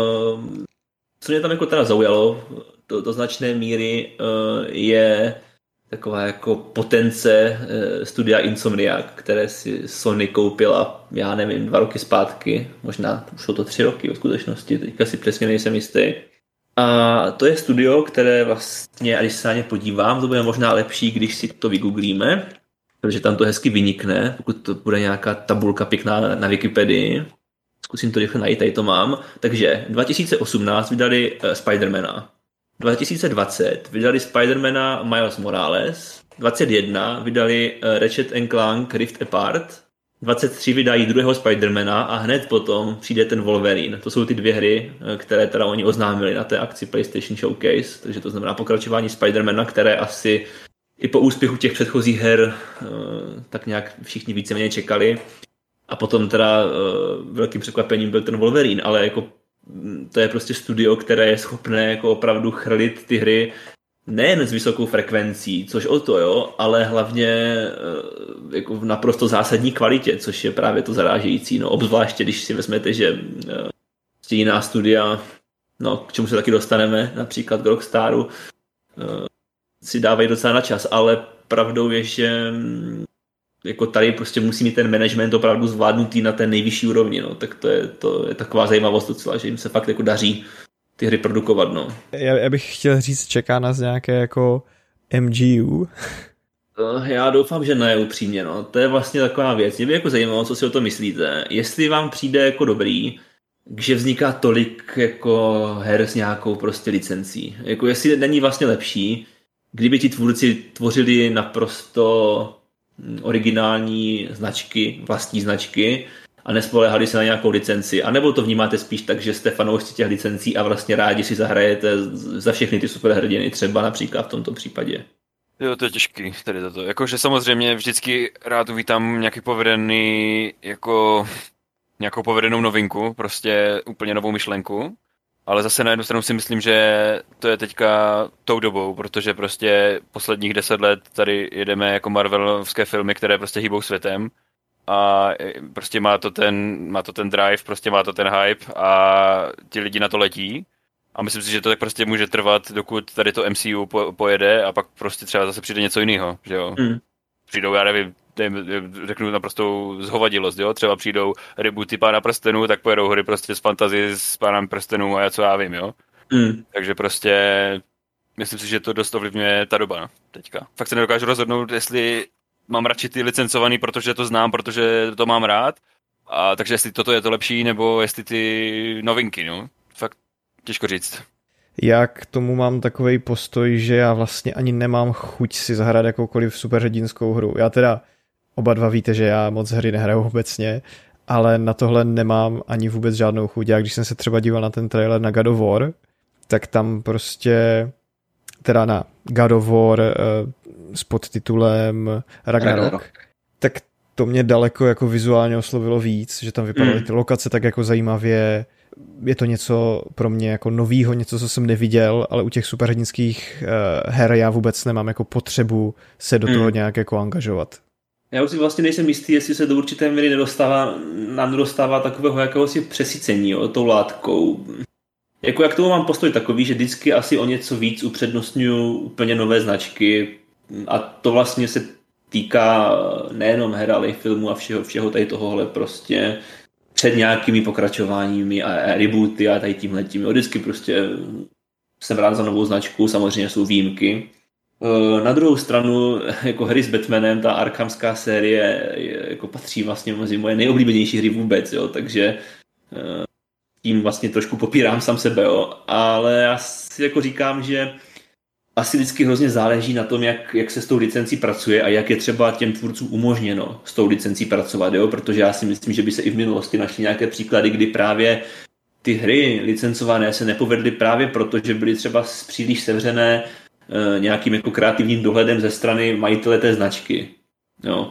co mě tam jako teda zaujalo do značné míry je taková jako potence studia Insomniac, které si Sony koupila, já nevím, 2 roky zpátky, možná už jsou to 3 roky v skutečnosti, teďka si přesně nejsem jistý. A to je studio, které vlastně, a když se na ně podívám, to bude možná lepší, když si to vygooglíme, protože tam to hezky vynikne, pokud to bude nějaká tabulka pěkná na Wikipedii. Zkusím to rychle najít, tady to mám. Takže 2018 vydali Spidermana. 2020 vydali Spidermana Miles Morales. 2021 vydali Ratchet & Clank Rift Apart. 2023 vydají druhého Spidermana a hned potom přijde ten Wolverine. To jsou ty 2 hry, které teda oni oznámili na té akci PlayStation Showcase. Takže to znamená pokračování Spidermana, které asi i po úspěchu těch předchozích her tak nějak všichni víceméně čekali. A potom teda velkým překvapením byl ten Wolverine, ale jako to je prostě studio, které je schopné jako opravdu chrlit ty hry nejen s vysokou frekvencí, což o to jo, ale hlavně jako v naprosto zásadní kvalitě, což je právě to zarážející, no obzvláště když si vezmete, že jiná studia, no k čemu se taky dostaneme, například k Rockstaru, si dávají docela na čas, ale pravdou je, že jako tady prostě musí mít ten management opravdu zvládnutý na té nejvyšší úrovni, no. Tak to je taková zajímavost docela, že jim se fakt jako daří ty hry produkovat, no. Já bych chtěl říct, čeká nás nějaké jako MGU. Já doufám, že ne, upřímně, no. To je vlastně taková věc. Mě by jako zajímalo, co si o to myslíte. Jestli vám přijde jako dobrý, že vzniká tolik jako her s nějakou prostě licencí. Jako jestli není vlastně lepší, kdyby ti tvůrci tvořili naprosto originální značky, vlastní značky a nespoléhali se na nějakou licenci. A nebo to vnímáte spíš tak, že jste fanoušci těch licencí a vlastně rádi si zahrajete za všechny ty superhrdiny, třeba například v tomto případě. Jo, to je těžký, tady toto. Jakože samozřejmě vždycky rád uvítám nějakou povedenou novinku, prostě úplně novou myšlenku. Ale zase na jednu stranu si myslím, že to je teďka tou dobou, protože prostě posledních 10 let tady jedeme jako marvelovské filmy, které prostě hýbou světem a prostě má to ten drive, prostě má to ten hype a ti lidi na to letí. A myslím si, že to tak prostě může trvat, dokud tady to MCU pojede a pak prostě třeba zase přijde něco jiného, že jo. Přijdou, já nevím, řeknu naprostou zhovadilost, jo, třeba přijdou rebooty Pána prstenů, tak pojedou hry prostě z fantasy s Pánem prstenů a co já vím, jo. Takže prostě myslím si, že to dost ovlivňuje ta doba, no, teďka. Fakt se nedokážu rozhodnout, jestli mám radši ty licencovaný, protože to znám, protože to mám rád, a takže jestli toto je to lepší, nebo jestli ty novinky, no. Fakt těžko říct. Já k tomu mám takovej postoj, že já vlastně ani nemám chuť si zahrát jakoukoliv superhrdinskou hru. Já teda oba dva víte, že já moc hry nehraju obecně, ale na tohle nemám ani vůbec žádnou chuť. Já když jsem se třeba díval na ten trailer na God of War, tak tam prostě teda na God of War s podtitulem Ragnarok, tak to mě daleko jako vizuálně oslovilo víc, že tam vypadaly ty lokace tak jako zajímavě. Je to něco pro mě jako novýho, něco, co jsem neviděl, ale u těch superhrdinských her já vůbec nemám jako potřebu se do toho nějak jako angažovat. Já už si vlastně nejsem jistý, jestli se do určité míry nedostává takového jakéhosi přesycení tou látkou. Jako jak tomu mám postoj takový, že vždycky asi o něco víc upřednostňuju úplně nové značky a to vlastně se týká nejenom her, ale i filmu a všeho tady tohohle prostě před nějakými pokračováními a rebooty a tady tímhletím. Vždycky prostě jsem rád za novou značku, samozřejmě jsou výjimky. Na druhou stranu, jako hry s Batmanem, ta Arkhamská série jako patří vlastně mezi moje nejoblíbenější hry vůbec, jo, takže tím vlastně trošku popírám sám sebe, jo, ale já si jako říkám, že asi vždycky hrozně záleží na tom, jak se s tou licencí pracuje a jak je třeba těm tvůrcům umožněno s tou licencí pracovat, jo, protože já si myslím, že by se i v minulosti našly nějaké příklady, kdy právě ty hry licencované se nepovedly právě proto, že byly třeba příliš sevřené nějakým jako kreativním dohledem ze strany majitele té značky. Jo.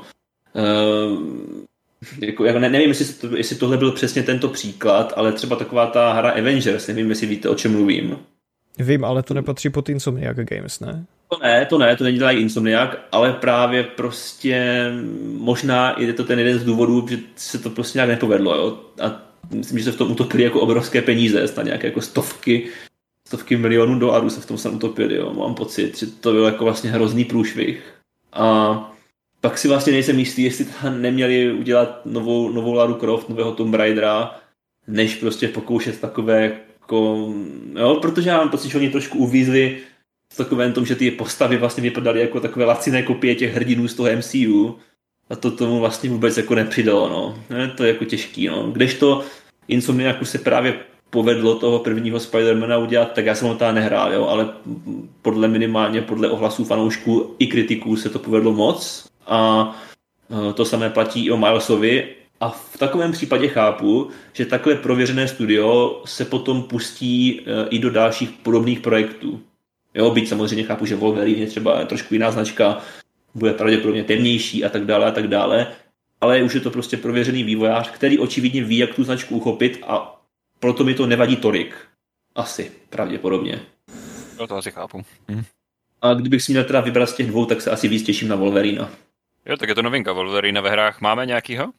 Jako nevím, jestli tohle byl přesně tento příklad, ale třeba taková ta hra Avengers, nevím, jestli víte, o čem mluvím. Vím, ale to nepatří pod Insomniac Games, ne? To nedělají Insomniac, ale právě prostě možná je to ten jeden z důvodů, že se to prostě nějak nepovedlo, jo. A myslím, že se v tom utopili jako obrovské peníze, snad nějaké jako stovky milionů dolarů se v tom snad utopili, jo. Mám pocit, že to byl jako vlastně hrozný průšvih. A pak si vlastně nejsem jistý, jestli tam neměli udělat novou Lara Croft, nového Tomb Raidera, než prostě pokoušet takové jako, jo, protože já mám pocit, že oni trošku uvízli v takovém tom, že ty postavy vlastně vypadaly jako takové laciné kopie těch hrdinů z toho MCU a to tomu vlastně vůbec jako nepřidalo, no. To je jako těžký, no. Kdežto Insomniacu se právě povedlo toho prvního Spidermana udělat, tak já jsem ho tam nehrál, jo, ale minimálně podle ohlasů fanoušků i kritiků se to povedlo moc a to samé platí i o Milesovi a v takovém případě chápu, že takhle prověřené studio se potom pustí i do dalších podobných projektů. Jo, byť samozřejmě chápu, že Wolverine je třeba trošku jiná značka, bude pravděpodobně temnější a tak dále, ale už je to prostě prověřený vývojář, který očividně ví, jak tu značku uchopit a proto mi to nevadí tolik. Asi, pravděpodobně. No to asi chápu. A kdybych si měl teda vybrat z těch dvou, tak se asi víc těším na Wolverina. Jo, tak je to novinka. Wolverina ve hrách máme nějakýho?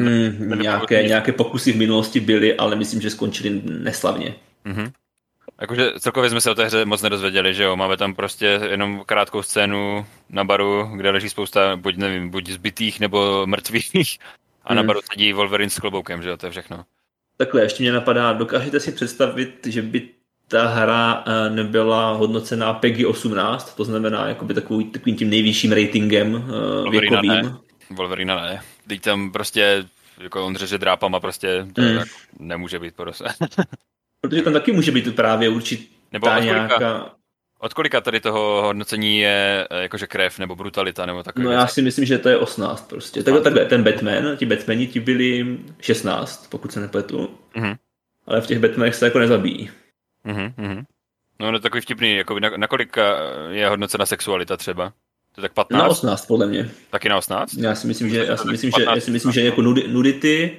Nějaké pokusy v minulosti byly, ale myslím, že skončily neslavně. Jakože celkově jsme se o té hře moc nedozvěděli, že jo? Máme tam prostě jenom krátkou scénu na baru, kde leží spousta, buď zbytých nebo mrtvých. A na baru sedí Wolverine s kloboukem, že jo? To je všechno. Takhle, ještě mě napadá, dokážete si představit, že by ta hra nebyla hodnocená PEGI 18, to znamená jakoby takovým tím nejvyšším ratingem věkovým? Wolverina ne. Teď tam prostě, jako on řeže drápama, prostě to tak nemůže být prostě. Protože tam taky může být právě určitá nějaká... Od kolika tady toho hodnocení je jakože krev nebo brutalita nebo takové? No já si myslím, že to je 18 prostě. Takhle, ten Batman, ti Batmani ti byli 16, pokud se nepletu. Ale v těch Batmanech se jako nezabíjí. No, takový vtipný, jako na kolika je hodnocena sexualita třeba? To je tak 15? Na 18 podle mě. Taky na 18? Já si myslím, že jako nudity,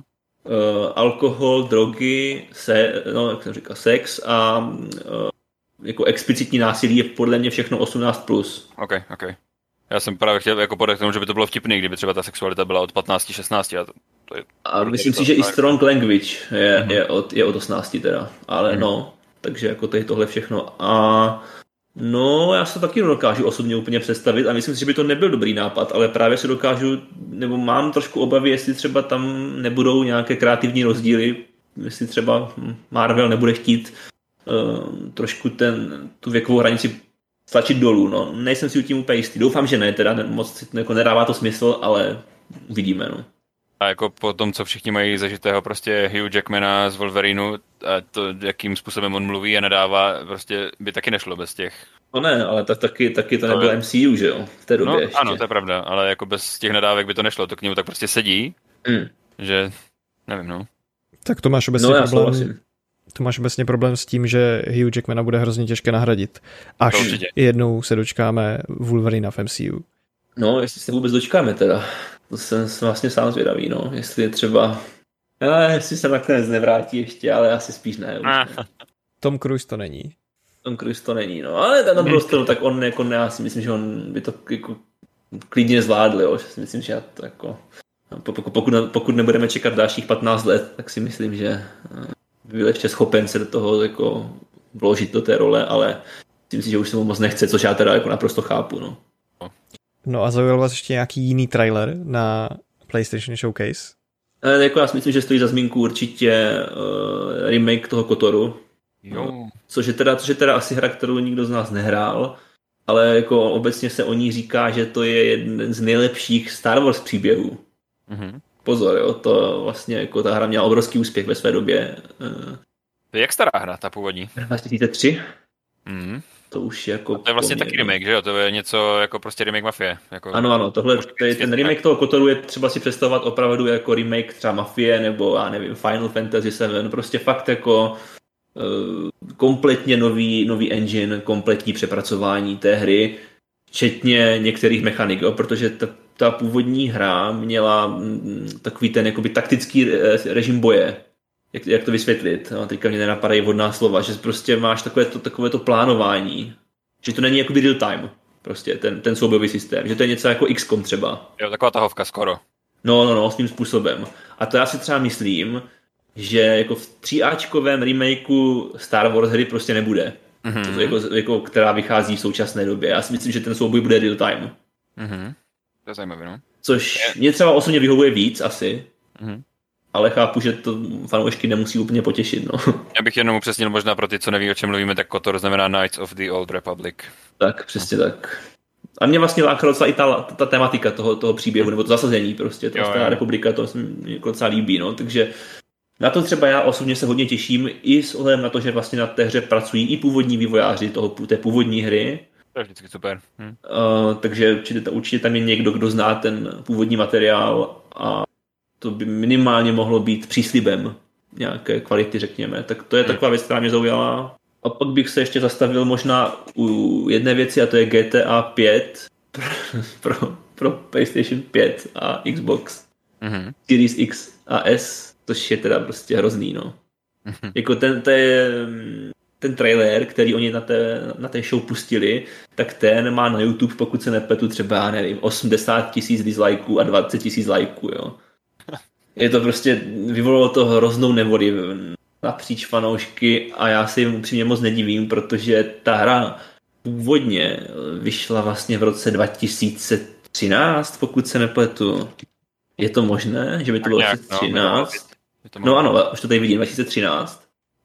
alkohol, drogy, jak jsem říkal, sex a jako explicitní násilí je podle mě všechno 18+. OK. Já jsem právě chtěl jako podat k tomu, že by to bylo vtipný, kdyby třeba ta sexualita byla od 15-16. A myslím si, že i strong language je od 18 teda, ale takže jako to je tohle všechno. A no, já se taky dokážu osobně úplně představit a myslím si, že by to nebyl dobrý nápad, ale právě se dokážu, nebo mám trošku obavy, jestli třeba tam nebudou nějaké kreativní rozdíly, jestli třeba Marvel nebude chtít trošku tu věkovou hranici tlačit dolů, no. Nejsem si tím úplně jistý. Doufám, že ne, teda moc jako nedává to smysl, ale uvidíme, no. A jako po tom, co všichni mají zažitého prostě Hugh Jackmana z Wolverinu a to, jakým způsobem on mluví a nadává, prostě by taky nešlo bez těch... No ne, ale taky to nebylo MCU, že jo, v té době no, ještě. Ano, to je pravda, ale jako bez těch nadávek by to nešlo, to k němu tak prostě sedí, že nevím, no. Tak to máš obecně problém. To máš obecně problém s tím, že Hugh Jackmana bude hrozně těžké nahradit. Až jednou se dočkáme Wolverina v MCU. No, jestli se vůbec dočkáme teda. To jsem vlastně sám zvědavý, no. Jestli je třeba... jestli se nakonec nevrátí ještě, ale asi spíš ne. Už ne. Tom Cruise to není. Tom Cruise to není, no. Ale na druhou stranu, tak on jako ne, já si myslím, že on by to jako klidně zvládl, jo. Že si myslím, že já to jako... Pokud nebudeme čekat dalších 15 let, tak si myslím, že byl ještě schopen se do toho jako vložit do té role, ale myslím si, že už se mu moc nechce, což já teda jako naprosto chápu, no. No a zaujal vás ještě nějaký jiný trailer na PlayStation Showcase? Jako já si myslím, že stojí za zmínku určitě remake toho KOTORu. Jo. Což je teda asi hra, kterou nikdo z nás nehrál, ale jako obecně se o ní říká, že to je jeden z nejlepších Star Wars příběhů. Mm-hmm. Pozor, jo, to vlastně jako ta hra měla obrovský úspěch ve své době. To je jak stará hra, ta původní? 2003. Mm-hmm. To už je jako... A to je vlastně taky remake, že jo? To je něco jako prostě remake Mafie. Jako... Ano, ten remake toho KOTORu je třeba si představovat opravdu jako remake třeba Mafie nebo já nevím, Final Fantasy 7, prostě fakt jako kompletně nový engine, kompletní přepracování té hry, včetně některých mechanik, jo? Protože ta původní hra měla takový ten jakoby taktický režim boje. Jak to vysvětlit? No, teďka mě nenapadají vhodná slova, že prostě máš takové to plánování, že to není jakoby real time, prostě ten soubojový systém, že to je něco jako XCOM třeba. Jo, taková tahovka skoro. No, s tím způsobem. A to já si třeba myslím, že jako v 3Ačkovém remakeu Star Wars hry prostě nebude. Mm-hmm. Jako, která vychází v současné době. Já si myslím, že ten souboj bude real time. Mm-hmm. To je zajímavé, no. Což mě třeba osobně vyhovuje víc asi. Mm-hmm. Ale chápu, že to fanoušky nemusí úplně potěšit, no. Já bych jenom upřesnil možná pro ty, co neví, o čem mluvíme, tak KOTOR znamená Knights of the Old Republic. Tak, přesně tak. A mě vlastně lákala docela i ta tematika toho příběhu, nebo to zasazení prostě, ta republika, to se mi jako docela líbí, no, takže na to třeba já osobně se hodně těším, i s ohledem na to, že vlastně na té hře pracují i původní vývojáři té původní hry. To je vždycky super. Takže určitě tam je někdo, kdo zná ten původní materiál a to by minimálně mohlo být příslibem nějaké kvality, řekněme. Tak to je taková věc, která mě zaujala. A pak bych se ještě zastavil možná u jedné věci, a to je GTA 5 pro PlayStation 5 a Xbox Series X a S, což je teda prostě hrozný, no. Jako ten trailer, který oni na té show pustili, tak ten má na YouTube, pokud se nepletu, třeba, já nevím, 80 000 dislikeů a 20 000 lajků, jo. Je to prostě, vyvolalo to hroznou nevoli napříč fanoušky a já se jim upřímně moc nedivím, protože ta hra původně vyšla vlastně v roce 2013, pokud se nepletu. Je to možné, že by to bylo 2013? No ano, už to tady vidím, 2013.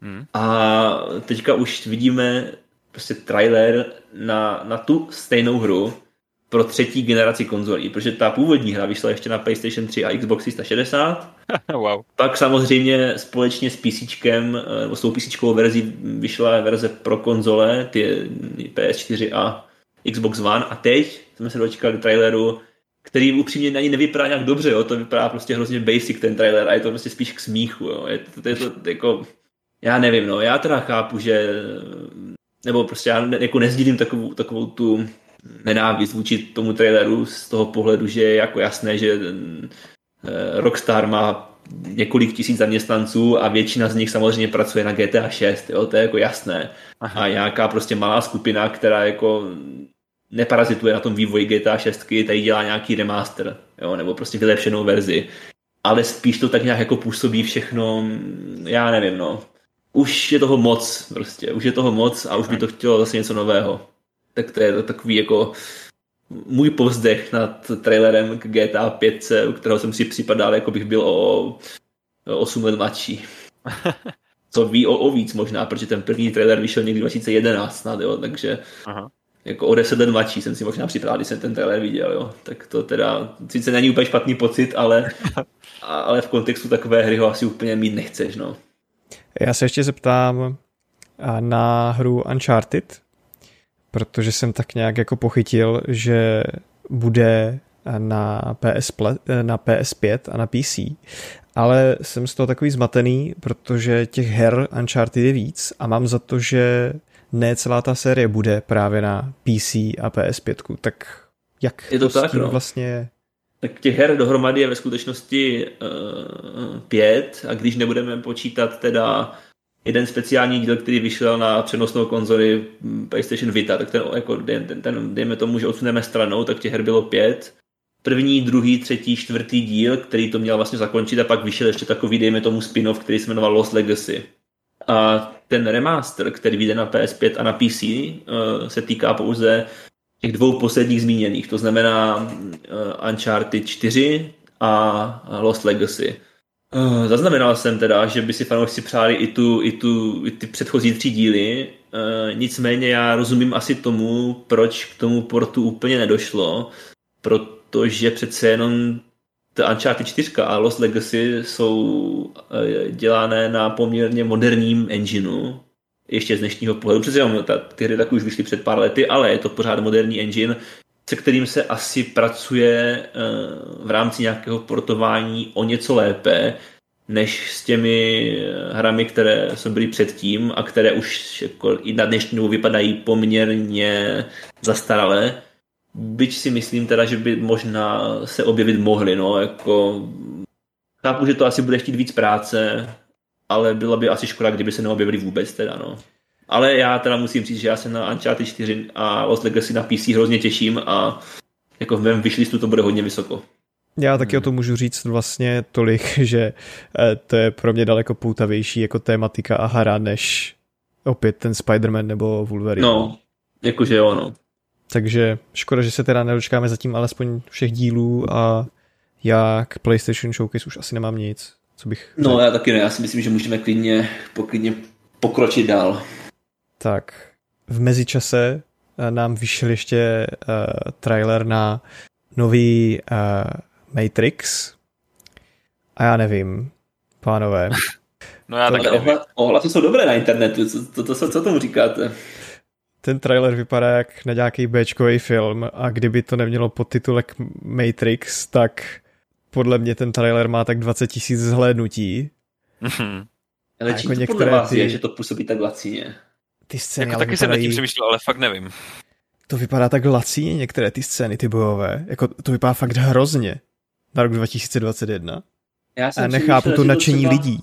A teďka už vidíme prostě trailer na tu stejnou hru pro třetí generaci konzolí, protože ta původní hra vyšla ještě na PlayStation 3 a Xbox 360. Wow. Pak samozřejmě společně s PCčkem, nebo s tou PCčkovou verzí vyšla verze pro konzole, ty PS4 a Xbox One. A teď jsme se dočkali traileru, který upřímně ani nevypadá nějak dobře, jo? To vypadá prostě hrozně basic ten trailer a je to prostě spíš k smíchu. Jo? Je to jako, já nevím, no, já teda chápu, že, nebo prostě já jako nezdílím takovou tu nenávist vůči tomu traileru z toho pohledu, že je jako jasné, že Rockstar má několik tisíc zaměstnanců a většina z nich samozřejmě pracuje na GTA 6, jo, to je jako jasné. Aha. A nějaká prostě malá skupina, která jako neparazituje na tom vývoji GTA 6, tady dělá nějaký remaster, jo, nebo prostě vylepšenou verzi. Ale spíš to tak nějak jako působí všechno, já nevím, no. Už je toho moc, prostě, už je toho moc a už by to chtělo zase něco nového. Tak to je takový jako můj povzdech nad trailerem k GTA 5, u kterého jsem si připadal, jako bych byl o 8 let mladší. Co ví o víc možná, protože ten první trailer vyšel někdy 2011 snad, jo, takže jako o 10 let mladší jsem si možná připadal, když jsem ten trailer viděl, jo. Tak to teda, sice není úplně špatný pocit, ale v kontextu takové hry ho asi úplně mít nechceš, no. Já se ještě zeptám na hru Uncharted, protože jsem tak nějak jako pochytil, že bude na PS5 a na PC, ale jsem z toho takový zmatený, protože těch her Uncharted je víc a mám za to, že ne celá ta série bude právě na PC a PS5, tak jak je to tak, s tím no. vlastně Tak těch her dohromady je ve skutečnosti 5 a když nebudeme počítat teda jeden speciální díl, který vyšel na přenosnou konzoli PlayStation Vita, tak ten dejme tomu, že odsuneme stranou, tak těch her bylo 5. První, druhý, třetí, čtvrtý díl, který to měl vlastně zakončit a pak vyšel ještě takový, dejme tomu spin-off, který se jmenoval Lost Legacy. A ten remaster, který vyjde na PS5 a na PC, se týká pouze těch 2 posledních zmíněných, to znamená Uncharted 4 a Lost Legacy. Zaznamenal jsem teda, že by si fanoušci přáli i ty předchozí 3 díly, nicméně já rozumím asi tomu, proč k tomu portu úplně nedošlo, protože přece jenom Uncharted 4 a Lost Legacy jsou dělané na poměrně moderním engineu, ještě z dnešního pohledu. Přece jenom ty hry tak už vyšly před pár lety, ale je to pořád moderní engine, se kterým se asi pracuje v rámci nějakého portování o něco lépe, než s těmi hrami, které jsou byly předtím a které už jako i na dnešní dobu vypadají poměrně zastaralé. Byť si myslím teda, že by možná se objevit mohly, no, jako chápu, že to asi bude chtít víc práce, ale bylo by asi škoda, kdyby se neobjevili vůbec teda, no. Ale já teda musím říct, že já se na Uncharted 4 a Lost Legacy na PC hrozně těším a jako v mém wishlistu to bude hodně vysoko. Já taky o tom můžu říct vlastně tolik, že to je pro mě daleko poutavější jako tématika a hra, než opět ten Spider-Man nebo Wolverine. No, jakože jo, no. Takže škoda, že se teda nedočkáme zatím alespoň všech dílů a já k PlayStation Showcase už asi nemám nic, co bych... No já taky ne, já si myslím, že můžeme klidně pokročit dál. Tak, v mezičase nám vyšel ještě trailer na nový Matrix a já nevím, pánové. No já taky ohlasy jsou dobré na internetu, co tomu říkáte? Ten trailer vypadá jak na nějaký béčkový film a kdyby to nemělo podtitulek Matrix, tak podle mě ten trailer má tak 20 000 zhlédnutí. Ale čím jako to podle vás je, že to působí tak lacině? Ty scény, jako taky jsem nad tím přemýšlel, ale fakt nevím. To vypadá tak lacině, některé ty scény, ty bojové. Jako to vypadá fakt hrozně na rok 2021. Já nechápu to nadšení lidí.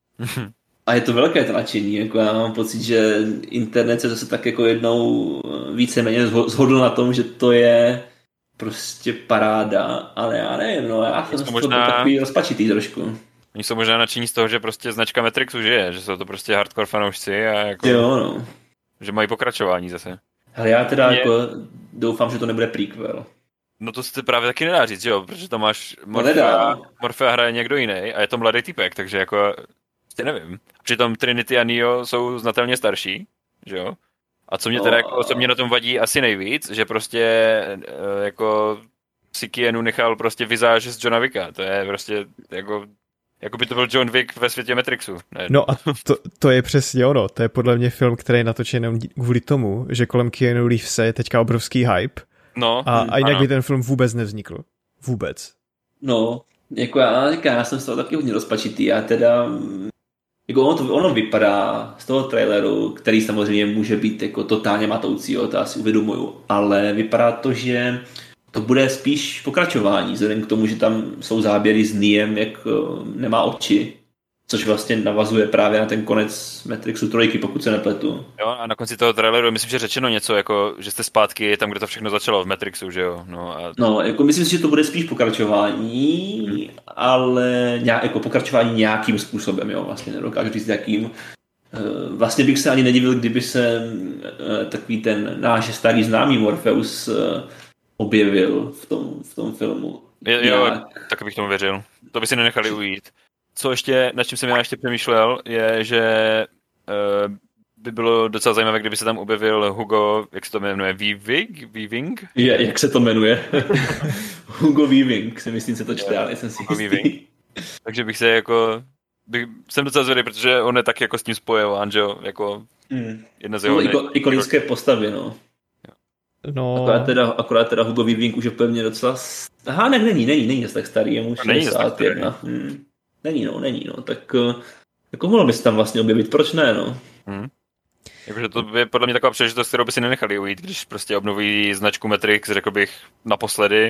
A je to velké to nadšení, jako já mám pocit, že internet se zase tak jako jednou víceméně shodl na tom, že to je prostě paráda, ale já nevím, no já jsem to možná... takový rozpačitý trošku. Oni jsou možná nadšení z toho, že prostě značka Matrixu žije, že jsou to prostě hardcore fanoušci a jako... Jo, no. Že mají pokračování zase. Ale já teda jako doufám, že to nebude prequel. No to se právě taky nedá říct, jo, protože tam máš Morfea hraje někdo jiný a je to mladý typek, takže jako nevím. Přitom Trinity a Neo jsou znatelně starší, že jo? A co mě teda jako, co mě na tom vadí asi nejvíc, že prostě jako si Keanu nechal prostě vizáž z Johna Wicka, to je prostě jako by to byl John Wick ve světě Matrixu. Ne? No a to je přesně ono, to je podle mě film, který je natočen jenom kvůli tomu, že kolem Keanu Reevese je teďka obrovský hype. No, a jinak by ten film vůbec nevznikl. Vůbec. No, jako já jsem z toho taky hodně rozpačitý, já teda jako ono vypadá z toho traileru, který samozřejmě může být jako totálně matoucí, jo, to asi uvědomuju, ale vypadá to, že to bude spíš pokračování, vzhledem k tomu, že tam jsou záběry s Neem, jak nemá oči, což vlastně navazuje právě na ten konec Matrixu 3, pokud se nepletu. Jo, a na konci toho traileru myslím, že řečeno něco, jako, že jste zpátky tam, kde to všechno začalo, v Matrixu, že jo? No, jako myslím si, že to bude spíš pokračování, ale jako pokračování nějakým způsobem, jo, vlastně nedokážu říct jakým. Vlastně bych se ani nedivil, kdyby se takový ten náš starý známý Morpheus objevil v tom filmu. Jo, tak bych tomu věřil. To by si nenechali ujít. Co ještě, nad čím jsem já ještě přemýšlel, je, že by bylo docela zajímavé, kdyby se tam objevil Hugo, jak se to jmenuje, Weaving? Jak se to jmenuje? Hugo Weaving, si myslím, se to čte, ale jsem si jistý. Takže bych se jako, jsem docela zvědavý, protože on je tak jako s tím spojován, že jo, jako jedna z jeho... ikonické postavy, no. No. Akorát teda Hugo Weaving už je pevně docela... Aha, není tak starý, je mu 61. Není, no, tak jako mohlo by se tam vlastně objevit, proč ne, no. Jakože to je podle mě taková příležitost, kterou by si nenechali ujít, když prostě obnoví značku Matrix, řekl bych naposledy,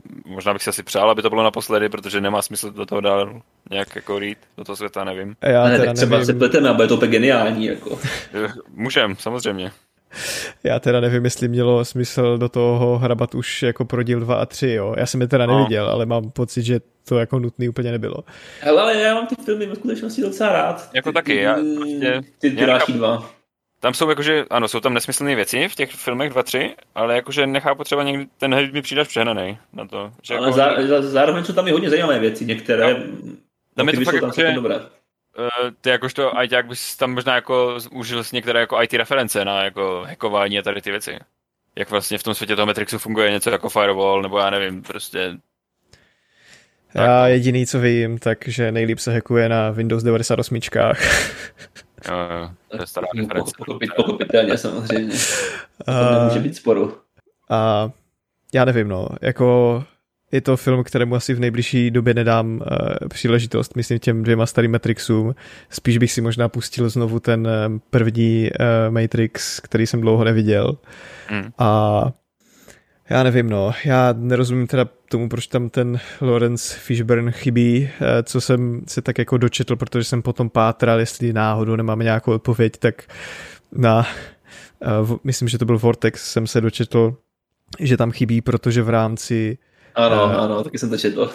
možná bych si asi přál, aby to bylo naposledy, protože nemá smysl do toho dál nějak jako rýt, do toho světa, nevím. Já ne, teda tak třeba nevím. se pleteme a bude to úplně geniální, jako. Můžem, samozřejmě. Já teda nevím, jestli mělo smysl do toho hrabat už jako pro díl 2 a 3, jo. Já jsem je teda neviděl, ale mám pocit, že to jako nutný úplně nebylo. Hele, ale já mám ty filmy ve skutečnosti docela rád. Jako taky, já prostě... Ty další dva. Tam jsou jakože, ano, jsou tam nesmyslné věci v těch filmech 2-3, ale jakože nechápu třeba někdy, ten hejt mi přijde až přehnaný na to. Že Ale jako zároveň jsou tam i hodně zajímavé věci, některé. Tam je to fakt tam jako, dobré. ty jakožto ajťák bys tam možná jako užil některé jako IT reference na jako hackování a tady ty věci. Jak vlastně v tom světě toho Matrixu funguje něco jako firewall, nebo já nevím, prostě... Já jediný, co vím, takže nejlíp se hackuje na Windows 98. Jo, to je stará reference. Pochopitelně, samozřejmě. To nemůže být sporu. A já nevím, no, jako je to film, kterému asi v nejbližší době nedám příležitost, myslím těm 2 starým Matrixům. Spíš bych si možná pustil znovu ten první Matrix, který jsem dlouho neviděl. A já nevím, no, já nerozumím teda tomu, proč tam ten Lawrence Fishburne chybí, co jsem se tak jako dočetl, protože jsem potom pátral, jestli náhodou nemáme nějakou odpověď, tak myslím, že to byl Vortex, jsem se dočetl, že tam chybí, protože v rámci Ano, taky jsem to četl.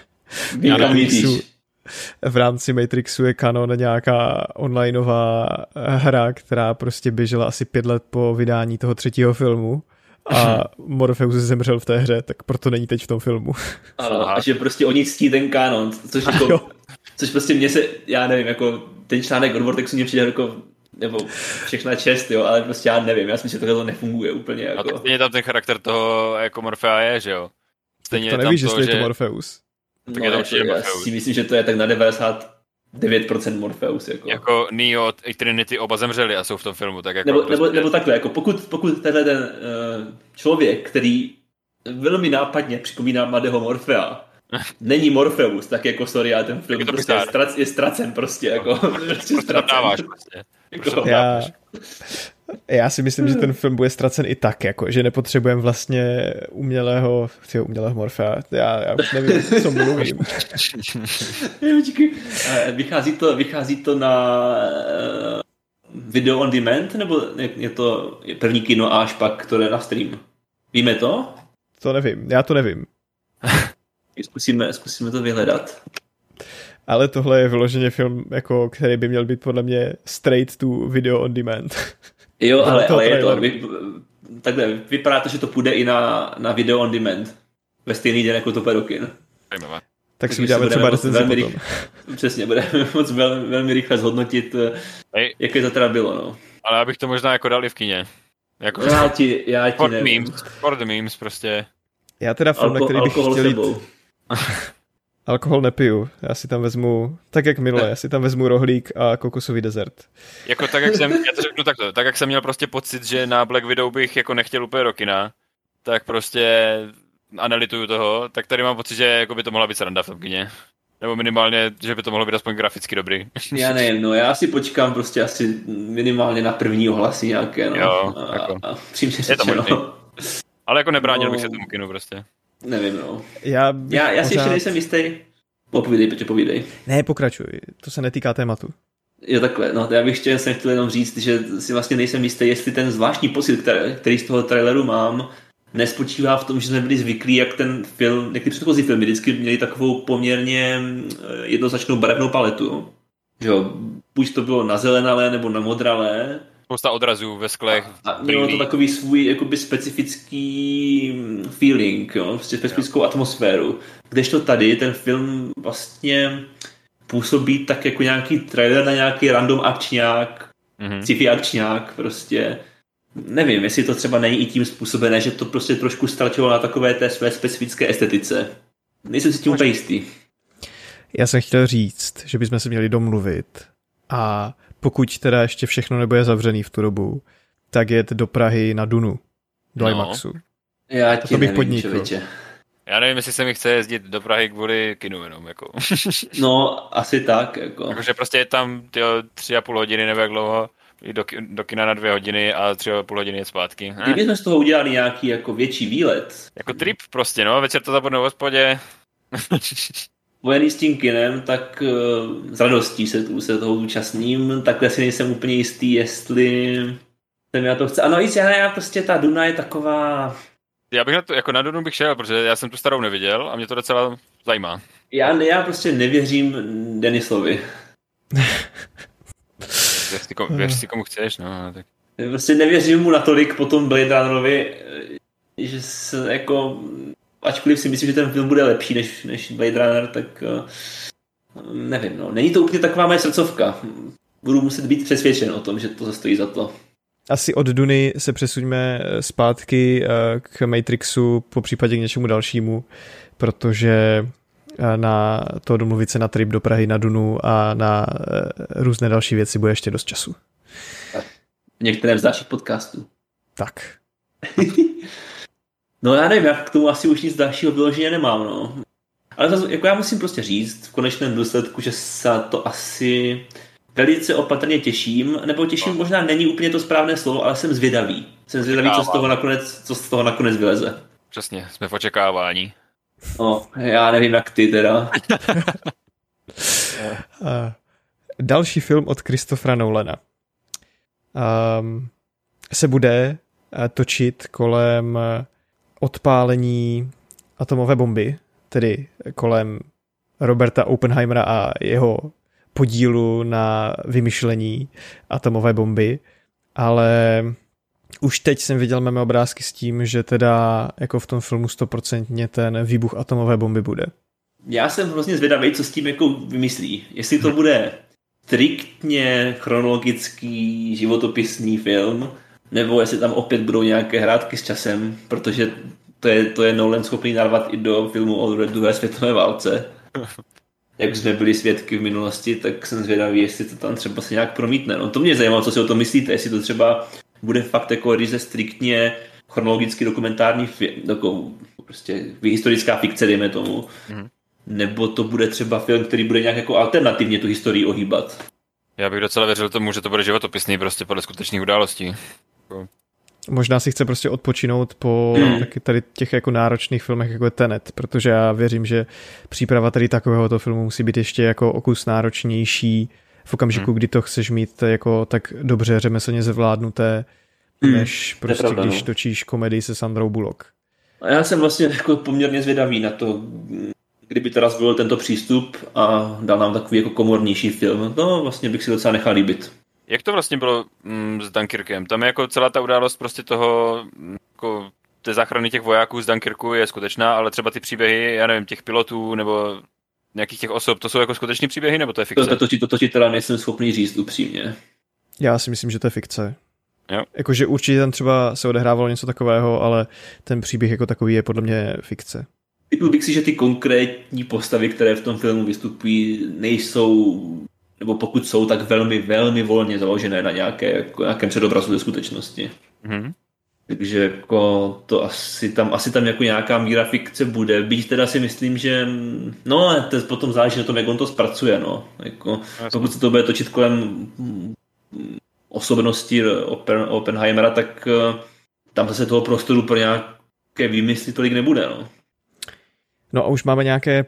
V rámci Matrixu je kanon nějaká onlineová hra, která prostě běžela asi 5 let po vydání toho 3. filmu a Morpheus zemřel v té hře, tak proto není teď v tom filmu. Ano, a že prostě oni ctí ten kanon, což prostě mě se, já nevím, jako ten článek od Vortexu mě přijde jako, nebo všechna čest, jo, ale prostě já nevím, já si myslím, že tohle nefunguje úplně. Jako. A tak stejně tam ten charakter toho jako Morfea je, že jo? Stejně to nevíš, jestli je to Morpheus. Tak je to určitě já Morpheus. si myslím, že to je tak na 99% Morpheus. Jako Neo i Trinity oba zemřeli a jsou v tom filmu. Tak jako nebo takhle, jako pokud tenhle ten člověk, který velmi nápadně připomíná mladého Morfea, není Morpheus, tak jako sorry, ale ten film prostě je ztracen prostě. Jako, dáváš prostě. Já si myslím, že ten film bude ztracen i tak, jako, že nepotřebujeme vlastně umělého Morfea. Já už nevím, co mluvím. Vychází to na video on demand, nebo je to první kino a až pak to jde na stream? Víme to? To nevím, já to nevím. Zkusíme to vyhledat. Ale tohle je vyloženě film, jako, který by měl být podle mě straight to video on demand. Jo, ale je to. Takhle, vypadá to, že to půjde i na video on demand. Ve stejný den, jako to půjde do kin. Tak si uděláme třeba recenzi potom. Přesně, budeme moc velmi rychle zhodnotit, jaké to teda bylo. No. Ale abych to možná jako dal i v kině. Jako já ti nevím. For the memes prostě. Já teda film, na který bych chtěl jít... Alkohol nepiju, já si tam vezmu, tak jak minule, já si tam vezmu rohlík a kokosový dezert. Jako tak, jak jsem, já to řeknu takto, tak jak jsem měl prostě pocit, že na Black Widow bych jako nechtěl úplně do kina, tak prostě analytuju toho, tak tady mám pocit, že jako by to mohla být sranda v tom kině. Nebo minimálně, že by to mohlo být aspoň graficky dobrý. Já nevím, no já si počkám prostě asi minimálně na první ohlasy nějaké, no. Jo, a přímě řečeno. Ale jako nebránil bych se tomu kinu prostě. Nevím, no. Já si ještě nejsem jistý. Povídej. Ne, pokračuj, to se netýká tématu. Jo, takhle, no, já bych jsem chtěl jenom říct, že si vlastně nejsem jistý, jestli ten zvláštní pocit, který z toho traileru mám, nespočívá v tom, že jsme byli zvyklí, jak ty předchozí filmy vždycky měli takovou poměrně jednoznačnou barevnou paletu. Že jo, buď to bylo na zelenalé nebo na modralé. Spousta odrazů ve sklech. A mělo to takový svůj jakoby specifický feeling, jo, prostě specifickou atmosféru. Kdežto tady ten film vlastně působí tak jako nějaký trailer na nějaký random akčňák, sci-fi akčňák prostě. Nevím, jestli to třeba není i tím způsobené, že to prostě trošku ztratilo na takové té své specifické estetice. Nejsem si tím úplně jistý. Já jsem chtěl říct, že bychom se měli domluvit a pokud teda ještě všechno nebude zavřený v tu dobu, tak jet do Prahy na Dunu, do IMAXu. Já ti nevím, člověče. Já nevím, jestli se mi chce jezdit do Prahy kvůli kinu jenom, jako. No, asi tak, jako. Jakože prostě je tam 3,5 hodiny nebo jak dlouho. do kina na 2 hodiny a 3,5 hodiny je zpátky. Kdybychom z toho udělali nějaký jako větší výlet. Jako trip prostě, no, večer to zapomenu v hospodě. Spojený s tím kinem, tak s radostí se toho účastním. Takhle si nejsem úplně jistý, jestli jsem já to chce. Ano, víc, já prostě ta Duna je taková... Já bych na Dunu bych šel, protože já jsem tu starou neviděl a mě to docela zajímá. Já prostě nevěřím Denisovi. Věř si komu chceš, no. Tak. Prostě nevěřím mu natolik po tom Blade Runnerovi, že se jako... Ačkoliv si myslím, že ten film bude lepší než Blade Runner, tak nevím, no. Není to úplně taková moje srdcovka. Budu muset být přesvědčen o tom, že to stojí za to. Asi od Duny se přesuňme zpátky k Matrixu, po případě k něčemu dalšímu, protože na to domluvit se na trip do Prahy, na Dunu a na různé další věci bude ještě dost času. V některém z dalších podcastů. Tak. No já nevím, já k tomu asi už nic dalšího vyloženě nemám, no. Ale zase, jako já musím prostě říct v konečném důsledku, že se to asi velice opatrně těším, nebo těším možná není úplně to správné slovo, ale jsem zvědavý. Jsem zvědavý, co z toho nakonec vyleze. Přesně, jsme v očekávání. No, já nevím, jak ty teda. Další film od Christophera Nolana se bude točit kolem odpálení atomové bomby, tedy kolem Roberta Oppenheimera a jeho podílu na vymyšlení atomové bomby, ale už teď jsem viděl mé obrázky s tím, že teda jako v tom filmu 100% ten výbuch atomové bomby bude. Já jsem hrozně zvědavý, co s tím jako vymyslí. Jestli to bude striktně chronologický životopisný film, nebo jestli tam opět budou nějaké hrátky s časem, protože to je Nolan schopný narvat i do filmu o druhé světové válce. Jak jsme byli svědky v minulosti, tak jsem zvědavý, jestli to tam třeba se nějak promítne. No, to mě zajímalo, co si o tom myslíte, jestli to třeba bude fakt jako ryze striktně chronologicky dokumentární film, jako prostě historická fikce, dejme tomu. Nebo to bude třeba film, který bude nějak jako alternativně tu historii ohýbat. Já bych docela věřil tomu, že to bude životopisný prostě podle skutečných událostí. Možná si chce prostě odpočinout po taky tady těch jako náročných filmech, jako je Tenet, protože já věřím, že příprava tady takovéhoto filmu musí být ještě jako o kus náročnější v okamžiku, kdy to chceš mít jako tak dobře řemeslně zvládnuté, než prostě když točíš komedii se Sandrou Bullock. A já jsem vlastně jako poměrně zvědavý na to, kdyby teda zvolil tento přístup a dal nám takový jako komornější film, no vlastně bych si docela nechal líbit. Jak to vlastně bylo s Dunkirkem? Tam je jako celá ta událost prostě toho, jako té záchrany těch vojáků z Dunkirku je skutečná, ale třeba ty příběhy, já nevím, těch pilotů nebo nějakých těch osob, to jsou jako skutečný příběhy, nebo to je fikce? To ti teda nejsem schopný říct upřímně. Já si myslím, že to je fikce. Jo. Jakože určitě tam třeba se odehrávalo něco takového, ale ten příběh jako takový je podle mě fikce. Typil bych si, že ty konkrétní postavy, které v tom filmu vystupují, nejsou, nebo pokud jsou, tak velmi, velmi volně založené na nějakém předobrazu ze skutečnosti. Takže jako to asi tam jako nějaká míra fikce bude. Byť teda si myslím, že no, to potom záleží na tom, jak on to zpracuje. No. Jako, pokud se to bude točit kolem osobnosti Oppenheimera, tak tam zase toho prostoru pro nějaké výmysly tolik nebude. No a už máme nějaké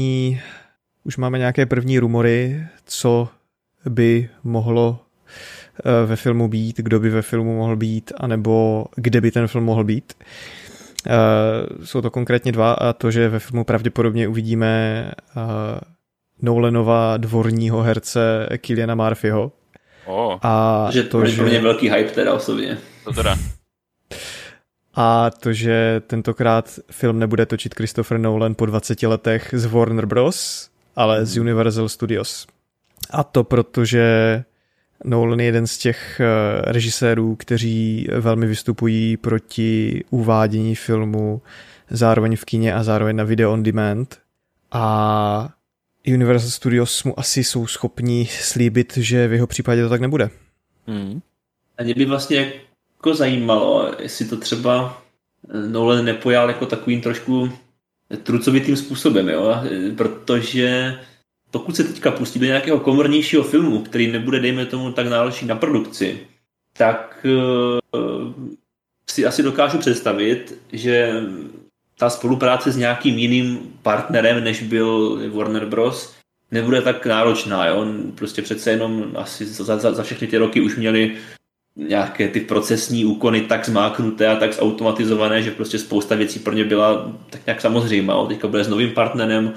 první rumory, co by mohlo ve filmu být, kdo by ve filmu mohl být, anebo kde by ten film mohl být. Jsou to konkrétně dva, a to, že ve filmu pravděpodobně uvidíme Nolanova dvorního herce Cilliana Murphyho. A to je pro mě velký hype teda osobně. To teda. A to, že tentokrát film nebude točit Christopher Nolan po 20 letech z Warner Bros., ale z Universal Studios. A to protože Nolan je jeden z těch režisérů, kteří velmi vystupují proti uvádění filmu zároveň v kině a zároveň na video on demand. A Universal Studios mu asi jsou schopni slíbit, že v jeho případě to tak nebude. A mě by vlastně jako zajímalo, jestli to třeba Nolan nepojal jako takovým trošku trucovitým způsobem, jo? Protože pokud se teďka pustí do nějakého komornějšího filmu, který nebude, dejme tomu, tak náročný na produkci, tak si asi dokážu představit, že ta spolupráce s nějakým jiným partnerem, než byl Warner Bros., nebude tak náročná. Jo? Prostě přece jenom asi za všechny ty roky už měli nějaké ty procesní úkony tak zmáknuté a tak zautomatizované, že prostě spousta věcí pro ně byla tak nějak samozřejmá. Teďka bude s novým partnerem,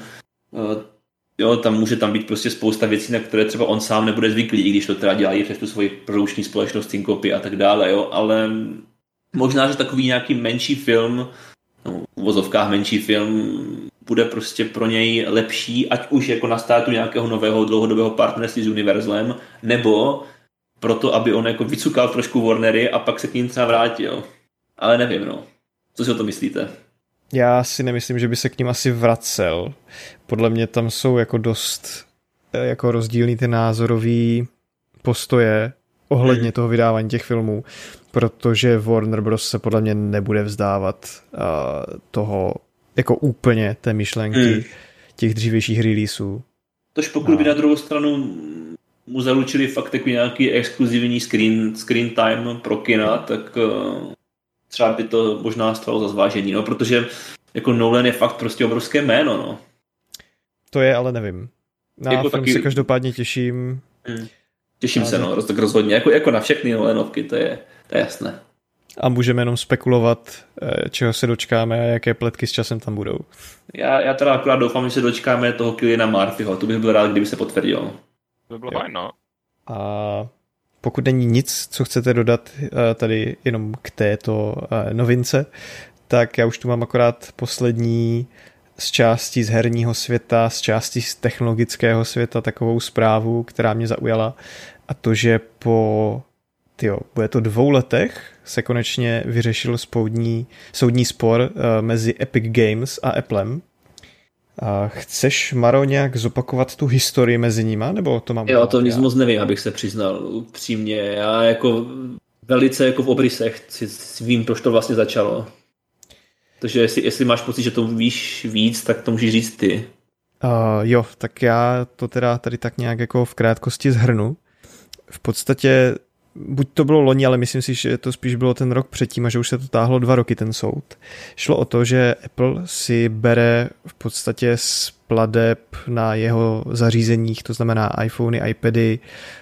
jo, tam může tam být prostě spousta věcí, na které třeba on sám nebude zvyklý, i když to teda dělají přes tu svoji produkční společnost Syncopy a tak dále, jo, ale možná, že takový nějaký menší film, no, v uvozovkách menší film, bude prostě pro něj lepší, ať už jako na startu nějakého nového dlouhodobého partnerství s Universalem, nebo proto, aby on jako vycukal trošku Warnery a pak se k ním třeba vrátil. Ale nevím, no. Co si o to myslíte? Já si nemyslím, že by se k ním asi vracel. Podle mě tam jsou jako dost jako rozdílný ty názorový postoje ohledně toho vydávání těch filmů, protože Warner Bros. Se podle mě nebude vzdávat toho jako úplně té myšlenky těch dřívějších releaseů. Tož pokud by na druhou stranu mu zaručili fakt takový nějaký exkluzivní screen time pro kina, tak třeba by to možná stalo za zvážení, no, protože jako Nolan je fakt prostě obrovské jméno, no. To je, ale nevím. Na jako film taky... se každopádně těším. Těším se, no, tak rozhodně, jako na všechny Nolanovky, to je jasné. A můžeme jenom spekulovat, čeho se dočkáme a jaké pletky s časem tam budou. Já teda akorát doufám, že se dočkáme toho Cilliana Murphyho, to bych byl rád, kdyby se potvrdil. To by bylo fajn, no. A pokud není nic, co chcete dodat tady jenom k této novince, tak já už tu mám akorát poslední z části z herního světa, z části z technologického světa takovou zprávu, která mě zaujala, a to, že bude to 2 letech, se konečně vyřešil soudní spor mezi Epic Games a Applem. Chceš, Maro, nějak zopakovat tu historii mezi nima, nebo to mám? Jo, to nic moc nevím, abych se přiznal upřímně. Já jako velice jako v obrysech si vím, proč to vlastně začalo. Takže jestli máš pocit, že to víš víc, tak to můžeš říct ty. Jo, tak já to teda tady tak nějak jako v krátkosti shrnu. V podstatě buď to bylo loni, ale myslím si, že to spíš bylo ten rok předtím a že už se to táhlo 2 roky ten soud. Šlo o to, že Apple si bere v podstatě z plateb na jeho zařízeních, to znamená iPhony, iPady,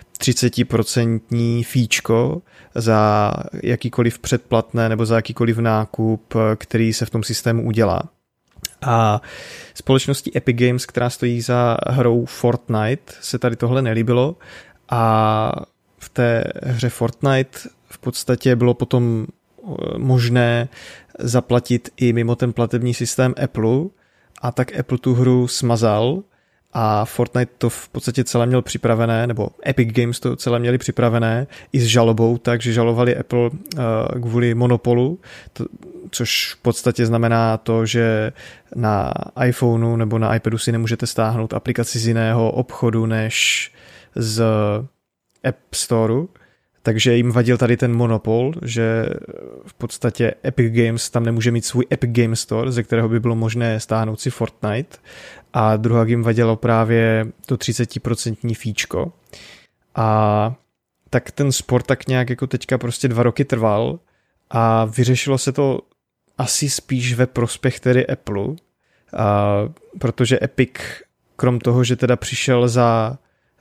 30% fíčko za jakýkoliv předplatné nebo za jakýkoliv nákup, který se v tom systému udělá. A společnosti Epic Games, která stojí za hrou Fortnite, se tady tohle nelíbilo a v té hře Fortnite v podstatě bylo potom možné zaplatit i mimo ten platební systém Apple, a tak Apple tu hru smazal a Fortnite to v podstatě celé měl připravené, nebo Epic Games to celé měli připravené i s žalobou, takže žalovali Apple kvůli monopolu, což v podstatě znamená to, že na iPhoneu nebo na iPadu si nemůžete stáhnout aplikaci z jiného obchodu než z App Storeu, takže jim vadil tady ten monopol, že v podstatě Epic Games tam nemůže mít svůj Epic Games Store, ze kterého by bylo možné stáhnout si Fortnite, a druhá jim vadilo právě to 30% fíčko. A tak ten spor tak nějak jako teďka prostě 2 roky trval a vyřešilo se to asi spíš ve prospěch tedy Apple, protože Epic, krom toho, že teda přišel za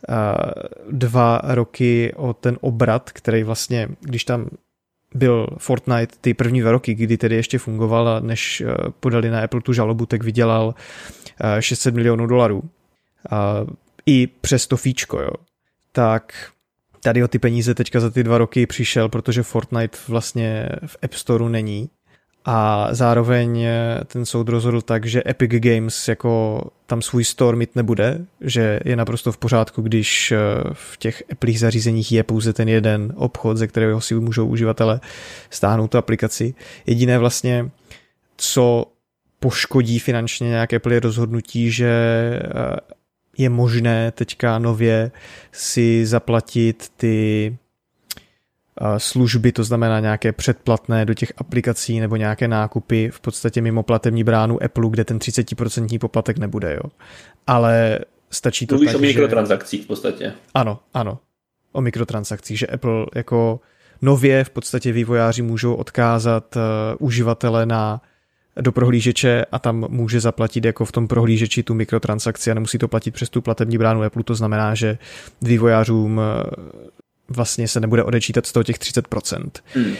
2 roky o ten obrat, který vlastně, když tam byl Fortnite ty první 2 roky, kdy tedy ještě fungoval, než podali na Apple tu žalobu, tak vydělal $600 milionů. I přes to fíčko, jo. Tak tady o ty peníze teďka za ty 2 roky přišel, protože Fortnite vlastně v App Storeu není. A zároveň ten soud rozhodl tak, že Epic Games jako tam svůj store mít nebude, že je naprosto v pořádku, když v těch Appleích zařízeních je pouze ten jeden obchod, ze kterého si můžou uživatelé stáhnout tu aplikaci. Jediné vlastně, co poškodí finančně nějaké Apple rozhodnutí, že je možné teďka nově si zaplatit ty služby, to znamená nějaké předplatné do těch aplikací nebo nějaké nákupy v podstatě mimo platební bránu Apple, kde ten 30% poplatek nebude. Jo. Ale stačí to mluvíš tak, o mikrotransakcích v podstatě. Ano, o mikrotransakcích, že Apple jako nově v podstatě vývojáři můžou odkázat uživatele do prohlížeče a tam může zaplatit jako v tom prohlížeči tu mikrotransakci a nemusí to platit přes tu platební bránu Apple, to znamená, že vývojářům vlastně se nebude odečítat z toho těch 30%.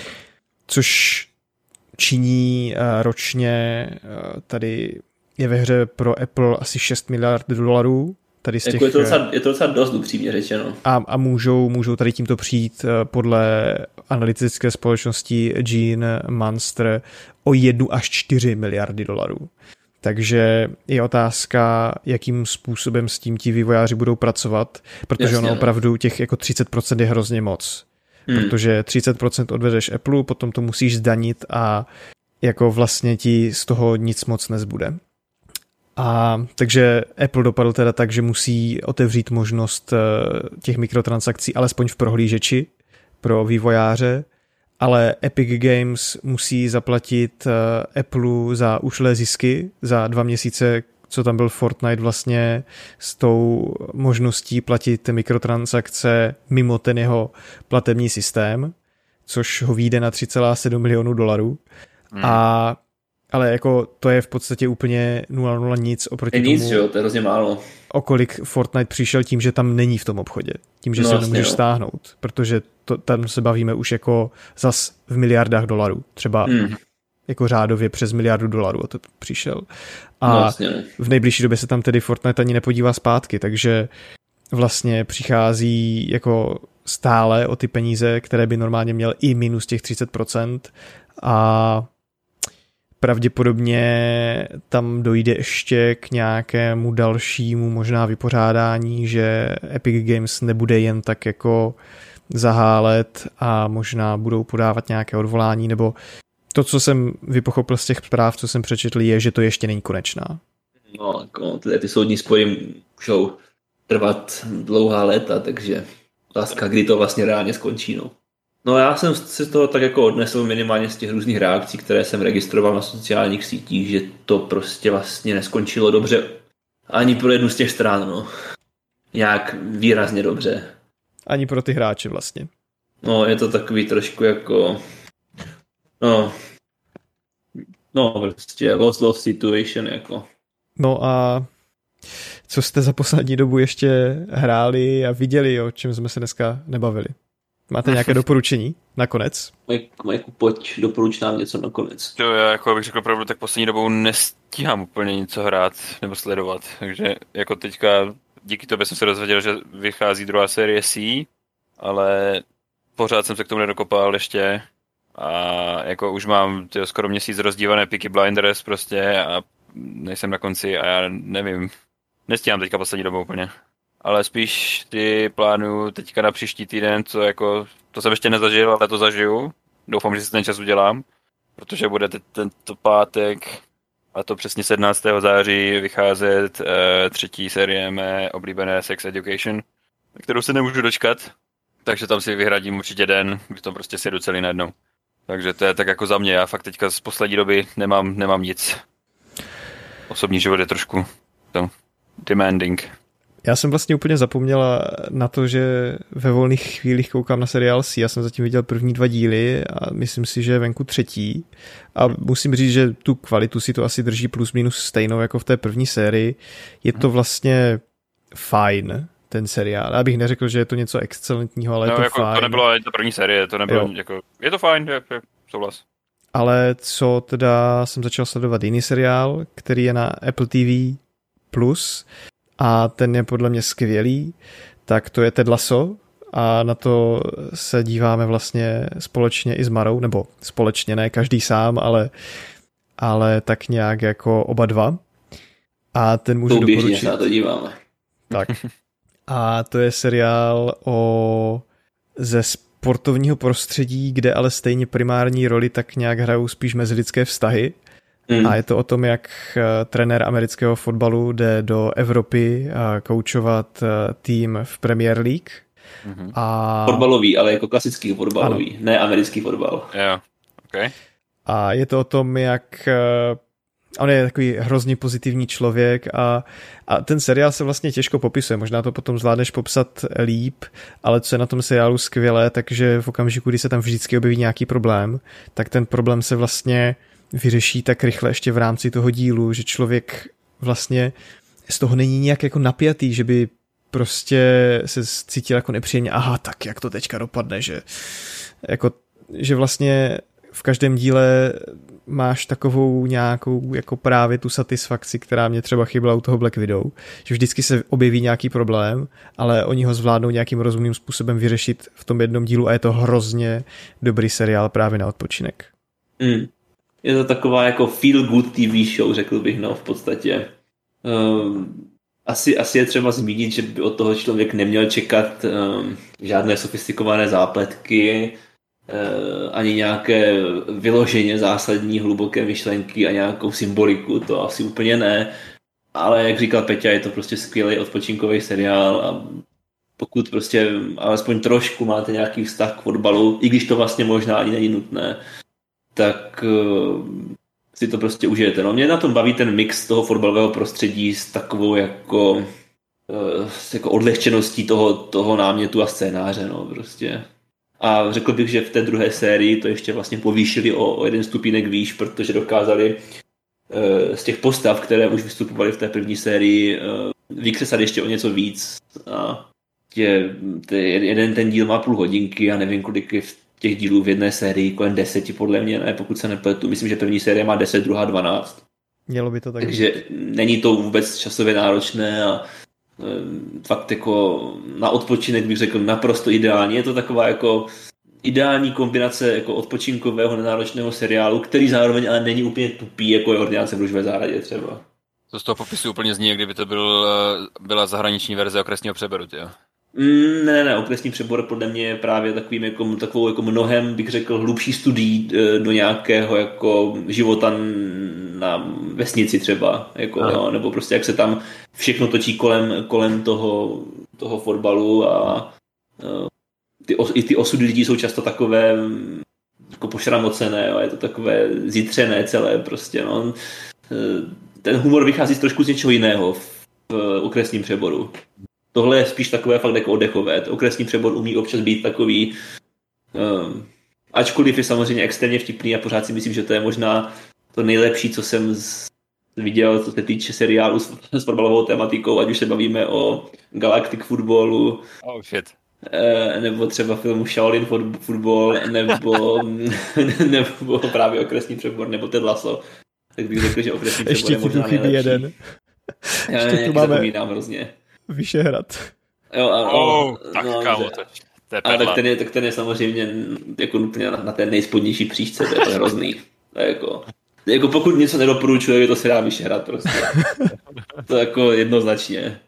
Což činí ročně, tady je ve hře pro Apple asi $6 miliard. Tady z těch, je to docela dost upřímně řečeno. A můžou tady tímto přijít podle analytické společnosti Gene Munster o 1 až 4 miliardy dolarů. Takže je otázka, jakým způsobem s tím ti vývojáři budou pracovat, protože ono opravdu těch jako 30% je hrozně moc. Protože 30% odvedeš Apple, potom to musíš zdanit a jako vlastně ti z toho nic moc nezbude. A takže Apple dopadl teda tak, že musí otevřít možnost těch mikrotransakcí alespoň v prohlížeči pro vývojáře, ale Epic Games musí zaplatit Apple za ušlé zisky za 2 měsíce, co tam byl Fortnite vlastně s tou možností platit mikrotransakce mimo ten jeho platební systém, což ho vyjde na $3,7 milionu. Ale jako to je v podstatě úplně 0,0 nic oproti tomu. Nic, jo, to je hrozně málo. O kolik Fortnite přišel tím, že tam není v tom obchodě. Tím, že se nemůžeš stáhnout. Protože tam se bavíme už jako zas v miliardách dolarů. Třeba jako řádově přes $1 miliardu a to přišel. A v nejbližší době se tam tedy Fortnite ani nepodívá zpátky, takže vlastně přichází jako stále o ty peníze, které by normálně měl i minus těch 30% a pravděpodobně tam dojde ještě k nějakému dalšímu možná vypořádání, že Epic Games nebude jen tak jako zahálet a možná budou podávat nějaké odvolání, nebo to, co jsem vypochopil z těch zpráv, co jsem přečetl, je, že to ještě není konečná. No, jako ty soudní spory můžou trvat dlouhá léta, takže otázka, kdy to vlastně reálně skončí. No já jsem se z toho tak jako odnesl minimálně z těch různých reakcí, které jsem registroval na sociálních sítích, že to prostě vlastně neskončilo dobře ani pro jednu z těch stran, nějak výrazně dobře. Ani pro ty hráče vlastně. No, je to takový trošku jako prostě lost situation jako. No a co jste za poslední dobu ještě hráli a viděli, o čem jsme se dneska nebavili? Máte nějaké doporučení nakonec? Majku, pojď, doporuč nám něco nakonec. Jo, já jako bych řekl pravdu, tak poslední dobou nestíhám úplně něco hrát nebo sledovat, takže jako teďka díky tobě jsem se dozvěděl, že vychází druhá série C, ale pořád jsem se k tomu nedokopal ještě a jako už mám skoro měsíc rozdívané Peaky Blinders prostě a nejsem na konci a já nevím, nestíhám teďka poslední dobou úplně. Ale spíš ty plánuju teďka na příští týden, co jako, to jsem ještě nezažil, ale to zažiju. Doufám, že si ten čas udělám, protože bude tento pátek, a to přesně 17. září, vycházet třetí série mé oblíbené Sex Education, kterou se nemůžu dočkat, takže tam si vyhradím určitě den, kdy to prostě sjedu celý najednou. Takže to je tak jako za mě, já fakt teďka z poslední doby nemám nic. Osobní život je trošku demanding. Já jsem vlastně úplně zapomněla na to, že ve volných chvílích koukám na seriál C. Já jsem zatím viděl první 2 díly a myslím si, že je venku 3. A musím říct, že tu kvalitu si to asi drží plus minus stejnou jako v té první sérii. Je to vlastně fajn, ten seriál. Já bych neřekl, že je to něco excelentního, ale je to jako fajn. To nebylo ani ta první série, to nebylo jako, je to fajn, je souhlas. Ale co teda jsem začal sledovat jiný seriál, který je na Apple TV Plus, a ten je podle mě skvělý, tak to je Ted Lasso a na to se díváme vlastně společně i s Marou, nebo společně, ne každý sám, ale tak nějak jako oba dva. A ten můžu doporučit. Se na to díváme. Tak. A to je seriál ze sportovního prostředí, kde ale stejně primární roli tak nějak hrajou spíš mezilidské vztahy. A je to o tom, jak trenér amerického fotbalu jde do Evropy koučovat tým v Premier League. A... Fotbalový, ale jako klasický fotbalový, ne americký fotbal. Jo, okay. A je to o tom, jak On je takový hrozně pozitivní člověk a ten seriál se vlastně těžko popisuje, možná to potom zvládneš popsat líp, ale co je na tom seriálu skvělé, takže v okamžiku, kdy se tam vždycky objeví nějaký problém, tak ten problém se vlastně vyřeší tak rychle ještě v rámci toho dílu, že člověk vlastně z toho není nějak jako napjatý, že by prostě se cítil jako nepříjemně, aha, tak jak to teďka dopadne, že vlastně v každém díle máš takovou nějakou jako právě tu satisfakci, která mě třeba chyběla u toho Black Widow, že vždycky se objeví nějaký problém, ale oni ho zvládnou nějakým rozumným způsobem vyřešit v tom jednom dílu a je to hrozně dobrý seriál právě na odpočinek. Je to taková jako feel good TV show, řekl bych, no v podstatě. Asi je třeba zmínit, že by od toho člověk neměl čekat žádné sofistikované zápletky, ani nějaké vyloženě zásadní hluboké myšlenky a nějakou symboliku, to asi úplně ne. Ale jak říkal Peťa, je to prostě skvělý odpočinkový seriál a pokud prostě alespoň trošku máte nějaký vztah k fotbalu, i když to vlastně možná ani není nutné, tak si to prostě užijete. No, mě na tom baví ten mix toho fotbalového prostředí s takovou jako odlehčeností toho námětu a scénáře, no prostě. A řekl bych, že v té druhé sérii to ještě vlastně povýšili o jeden stupínek výš, protože dokázali z těch postav, které už vystupovaly v té první sérii, vykřesat ještě o něco víc. A jeden ten díl má půl hodinky, já nevím, kolik je v těch dílů v jedné sérii, kolem 10 podle mě, ne, pokud se nepletu. Myslím, že první série má 10, druhá 12. Mělo by to tak. Takže není to vůbec časově náročné a fakt jako na odpočinek bych řekl naprosto ideální. Je to taková jako ideální kombinace jako odpočinkového nenáročného seriálu, který zároveň ale není úplně tupý, jako je Ordinace v růžové zahradě třeba. To z toho popisu úplně zní, kdyby to byla zahraniční verze Okresního přeboru, tě. Ne, Okresní přebor podle mě je právě takovou jako mnohem, bych řekl, hlubší studií do nějakého jako života na vesnici třeba, jako, no, nebo prostě jak se tam všechno točí kolem toho fotbalu a ty osudy lidí jsou často takové jako pošramocené, jo, je to takové zjitřené celé prostě, no. Ten humor vychází trošku z něčeho jiného v Okresním přeboru. Tohle je spíš takové fakt jako oddechové. Okresní přebor umí občas být takový, ačkoliv je samozřejmě extrémně vtipný a pořád si myslím, že to je možná to nejlepší, co jsem viděl, co se týče seriálu s fotbalovou tematikou, ať už se bavíme o Galactic Footballu, nebo třeba filmu Shaolin Football, nebo právě Okresní přebor, nebo Ted Lasso. Tak bych řekl, že Okresní přebor je možná nejlepší. Jeden. Ještě tu máme zapomínám hrozně. Vyšehrad. Jo, tak kámo, to je perla. Tak ten je samozřejmě jako úplně na té nejspodnější příčce, to je hrozný. To je jako pokud něco nedoporučuje, je to se dá Vyšehrad prostě. To jako jednoznačně.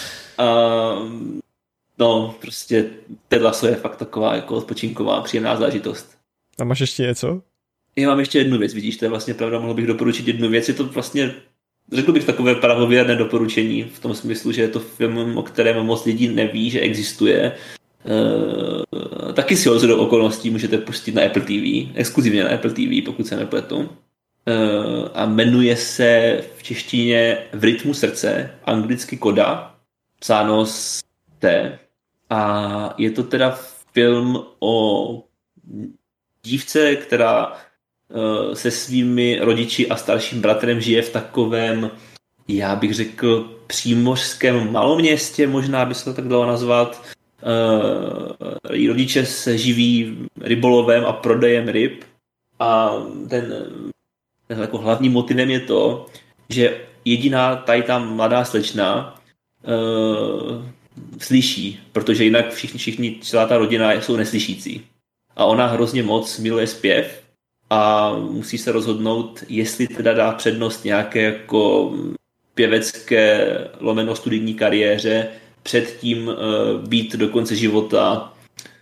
No, prostě Ted Lasso je fakt taková jako odpočinková, příjemná zážitost. A máš ještě něco? Já mám ještě jednu věc, vidíš, to je vlastně pravda, mohl bych doporučit jednu věc, je to vlastně, řekl bych, takové pravověrné doporučení, v tom smyslu, že je to film, o kterém moc lidí neví, že existuje. Taky si ho do okolností můžete pustit na Apple TV, exkluzivně na Apple TV, pokud se nepletu. A jmenuje se v češtině V rytmu srdce, anglicky Koda, psáno s T. A je to teda film o dívce, která se svými rodiči a starším bratrem žije v takovém, já bych řekl, přímořském maloměstě, možná by se to tak dalo nazvat. Její rodiče se živí rybolovem a prodejem ryb a ten jako hlavním motivem je to, že jediná tady ta mladá slečna slyší, protože jinak všichni, celá ta rodina jsou neslyšící. A ona hrozně moc miluje zpěv a musí se rozhodnout, jestli teda dá přednost nějaké jako pěvecké studijní kariéře, předtím být do konce života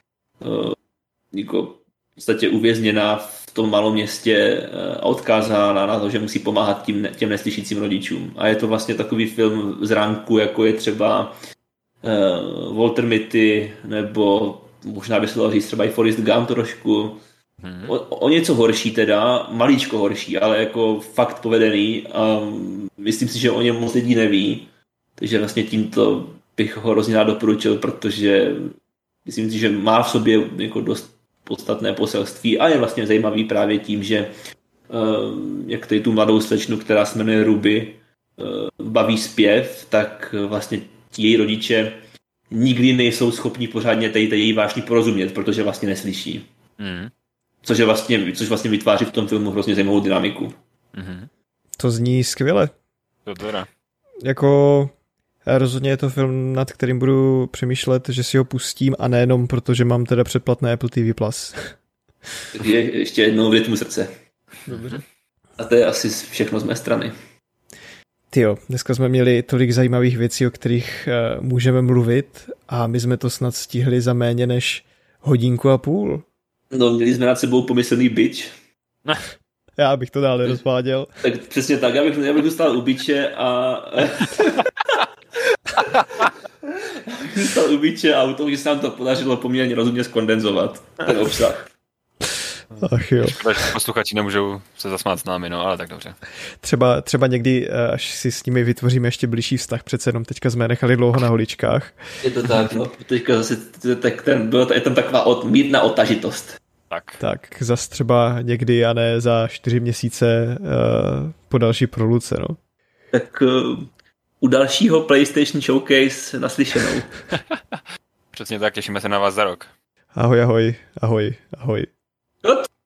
jako v podstatě uvězněná v tom malom městě a odkázána na to, že musí pomáhat těm neslyšícím rodičům. A je to vlastně takový film z ránku, jako je třeba Walter Mitty, nebo možná by se dalo říct třeba i Forrest Gump trošku. O něco horší teda, malíčko horší, ale jako fakt povedený a myslím si, že o něm moc lidí neví, takže vlastně tímto bych ho hrozně rád doporučil, protože myslím si, že má v sobě jako dost podstatné poselství a je vlastně zajímavý právě tím, že jak tady tu mladou slečnu, která se jmenuje Ruby, baví zpěv, tak vlastně její rodiče nikdy nejsou schopni pořádně té její vášni porozumět, protože vlastně neslyší. Což vlastně vytváří v tom filmu hrozně zajímavou dynamiku. To zní skvěle. To teda. Jako rozhodně je to film, nad kterým budu přemýšlet, že si ho pustím a nejenom protože mám teda předplatné Apple TV+. Takže ještě jednou v rytmu srdce. Dobře. A to je asi všechno z mé strany. Tyjo, dneska jsme měli tolik zajímavých věcí, o kterých můžeme mluvit a my jsme to snad stihli za méně než 1.5 hodiny. No, měli jsme nad sebou pomyslný bič. Já bych to dál nerozváděl. Tak přesně tak, já bych zůstal u biče a... zůstal u biče a u toho, že se nám to podařilo poměrně rozumně skondenzovat, ten obsah. Ach jo. Posluchači nemůžou se zasmát s námi, no, ale tak dobře. Třeba někdy, až si s nimi vytvoříme ještě blížší vztah, přece jenom teďka jsme nechali dlouho na holičkách. Je to tak, no. Teďka zase je tam taková mírná otažitost. Tak zas třeba někdy a ne za 4 měsíce po další proluce, no. Tak u dalšího PlayStation Showcase naslyšenou. Přesně tak, těšíme se na vás za rok. Ahoj.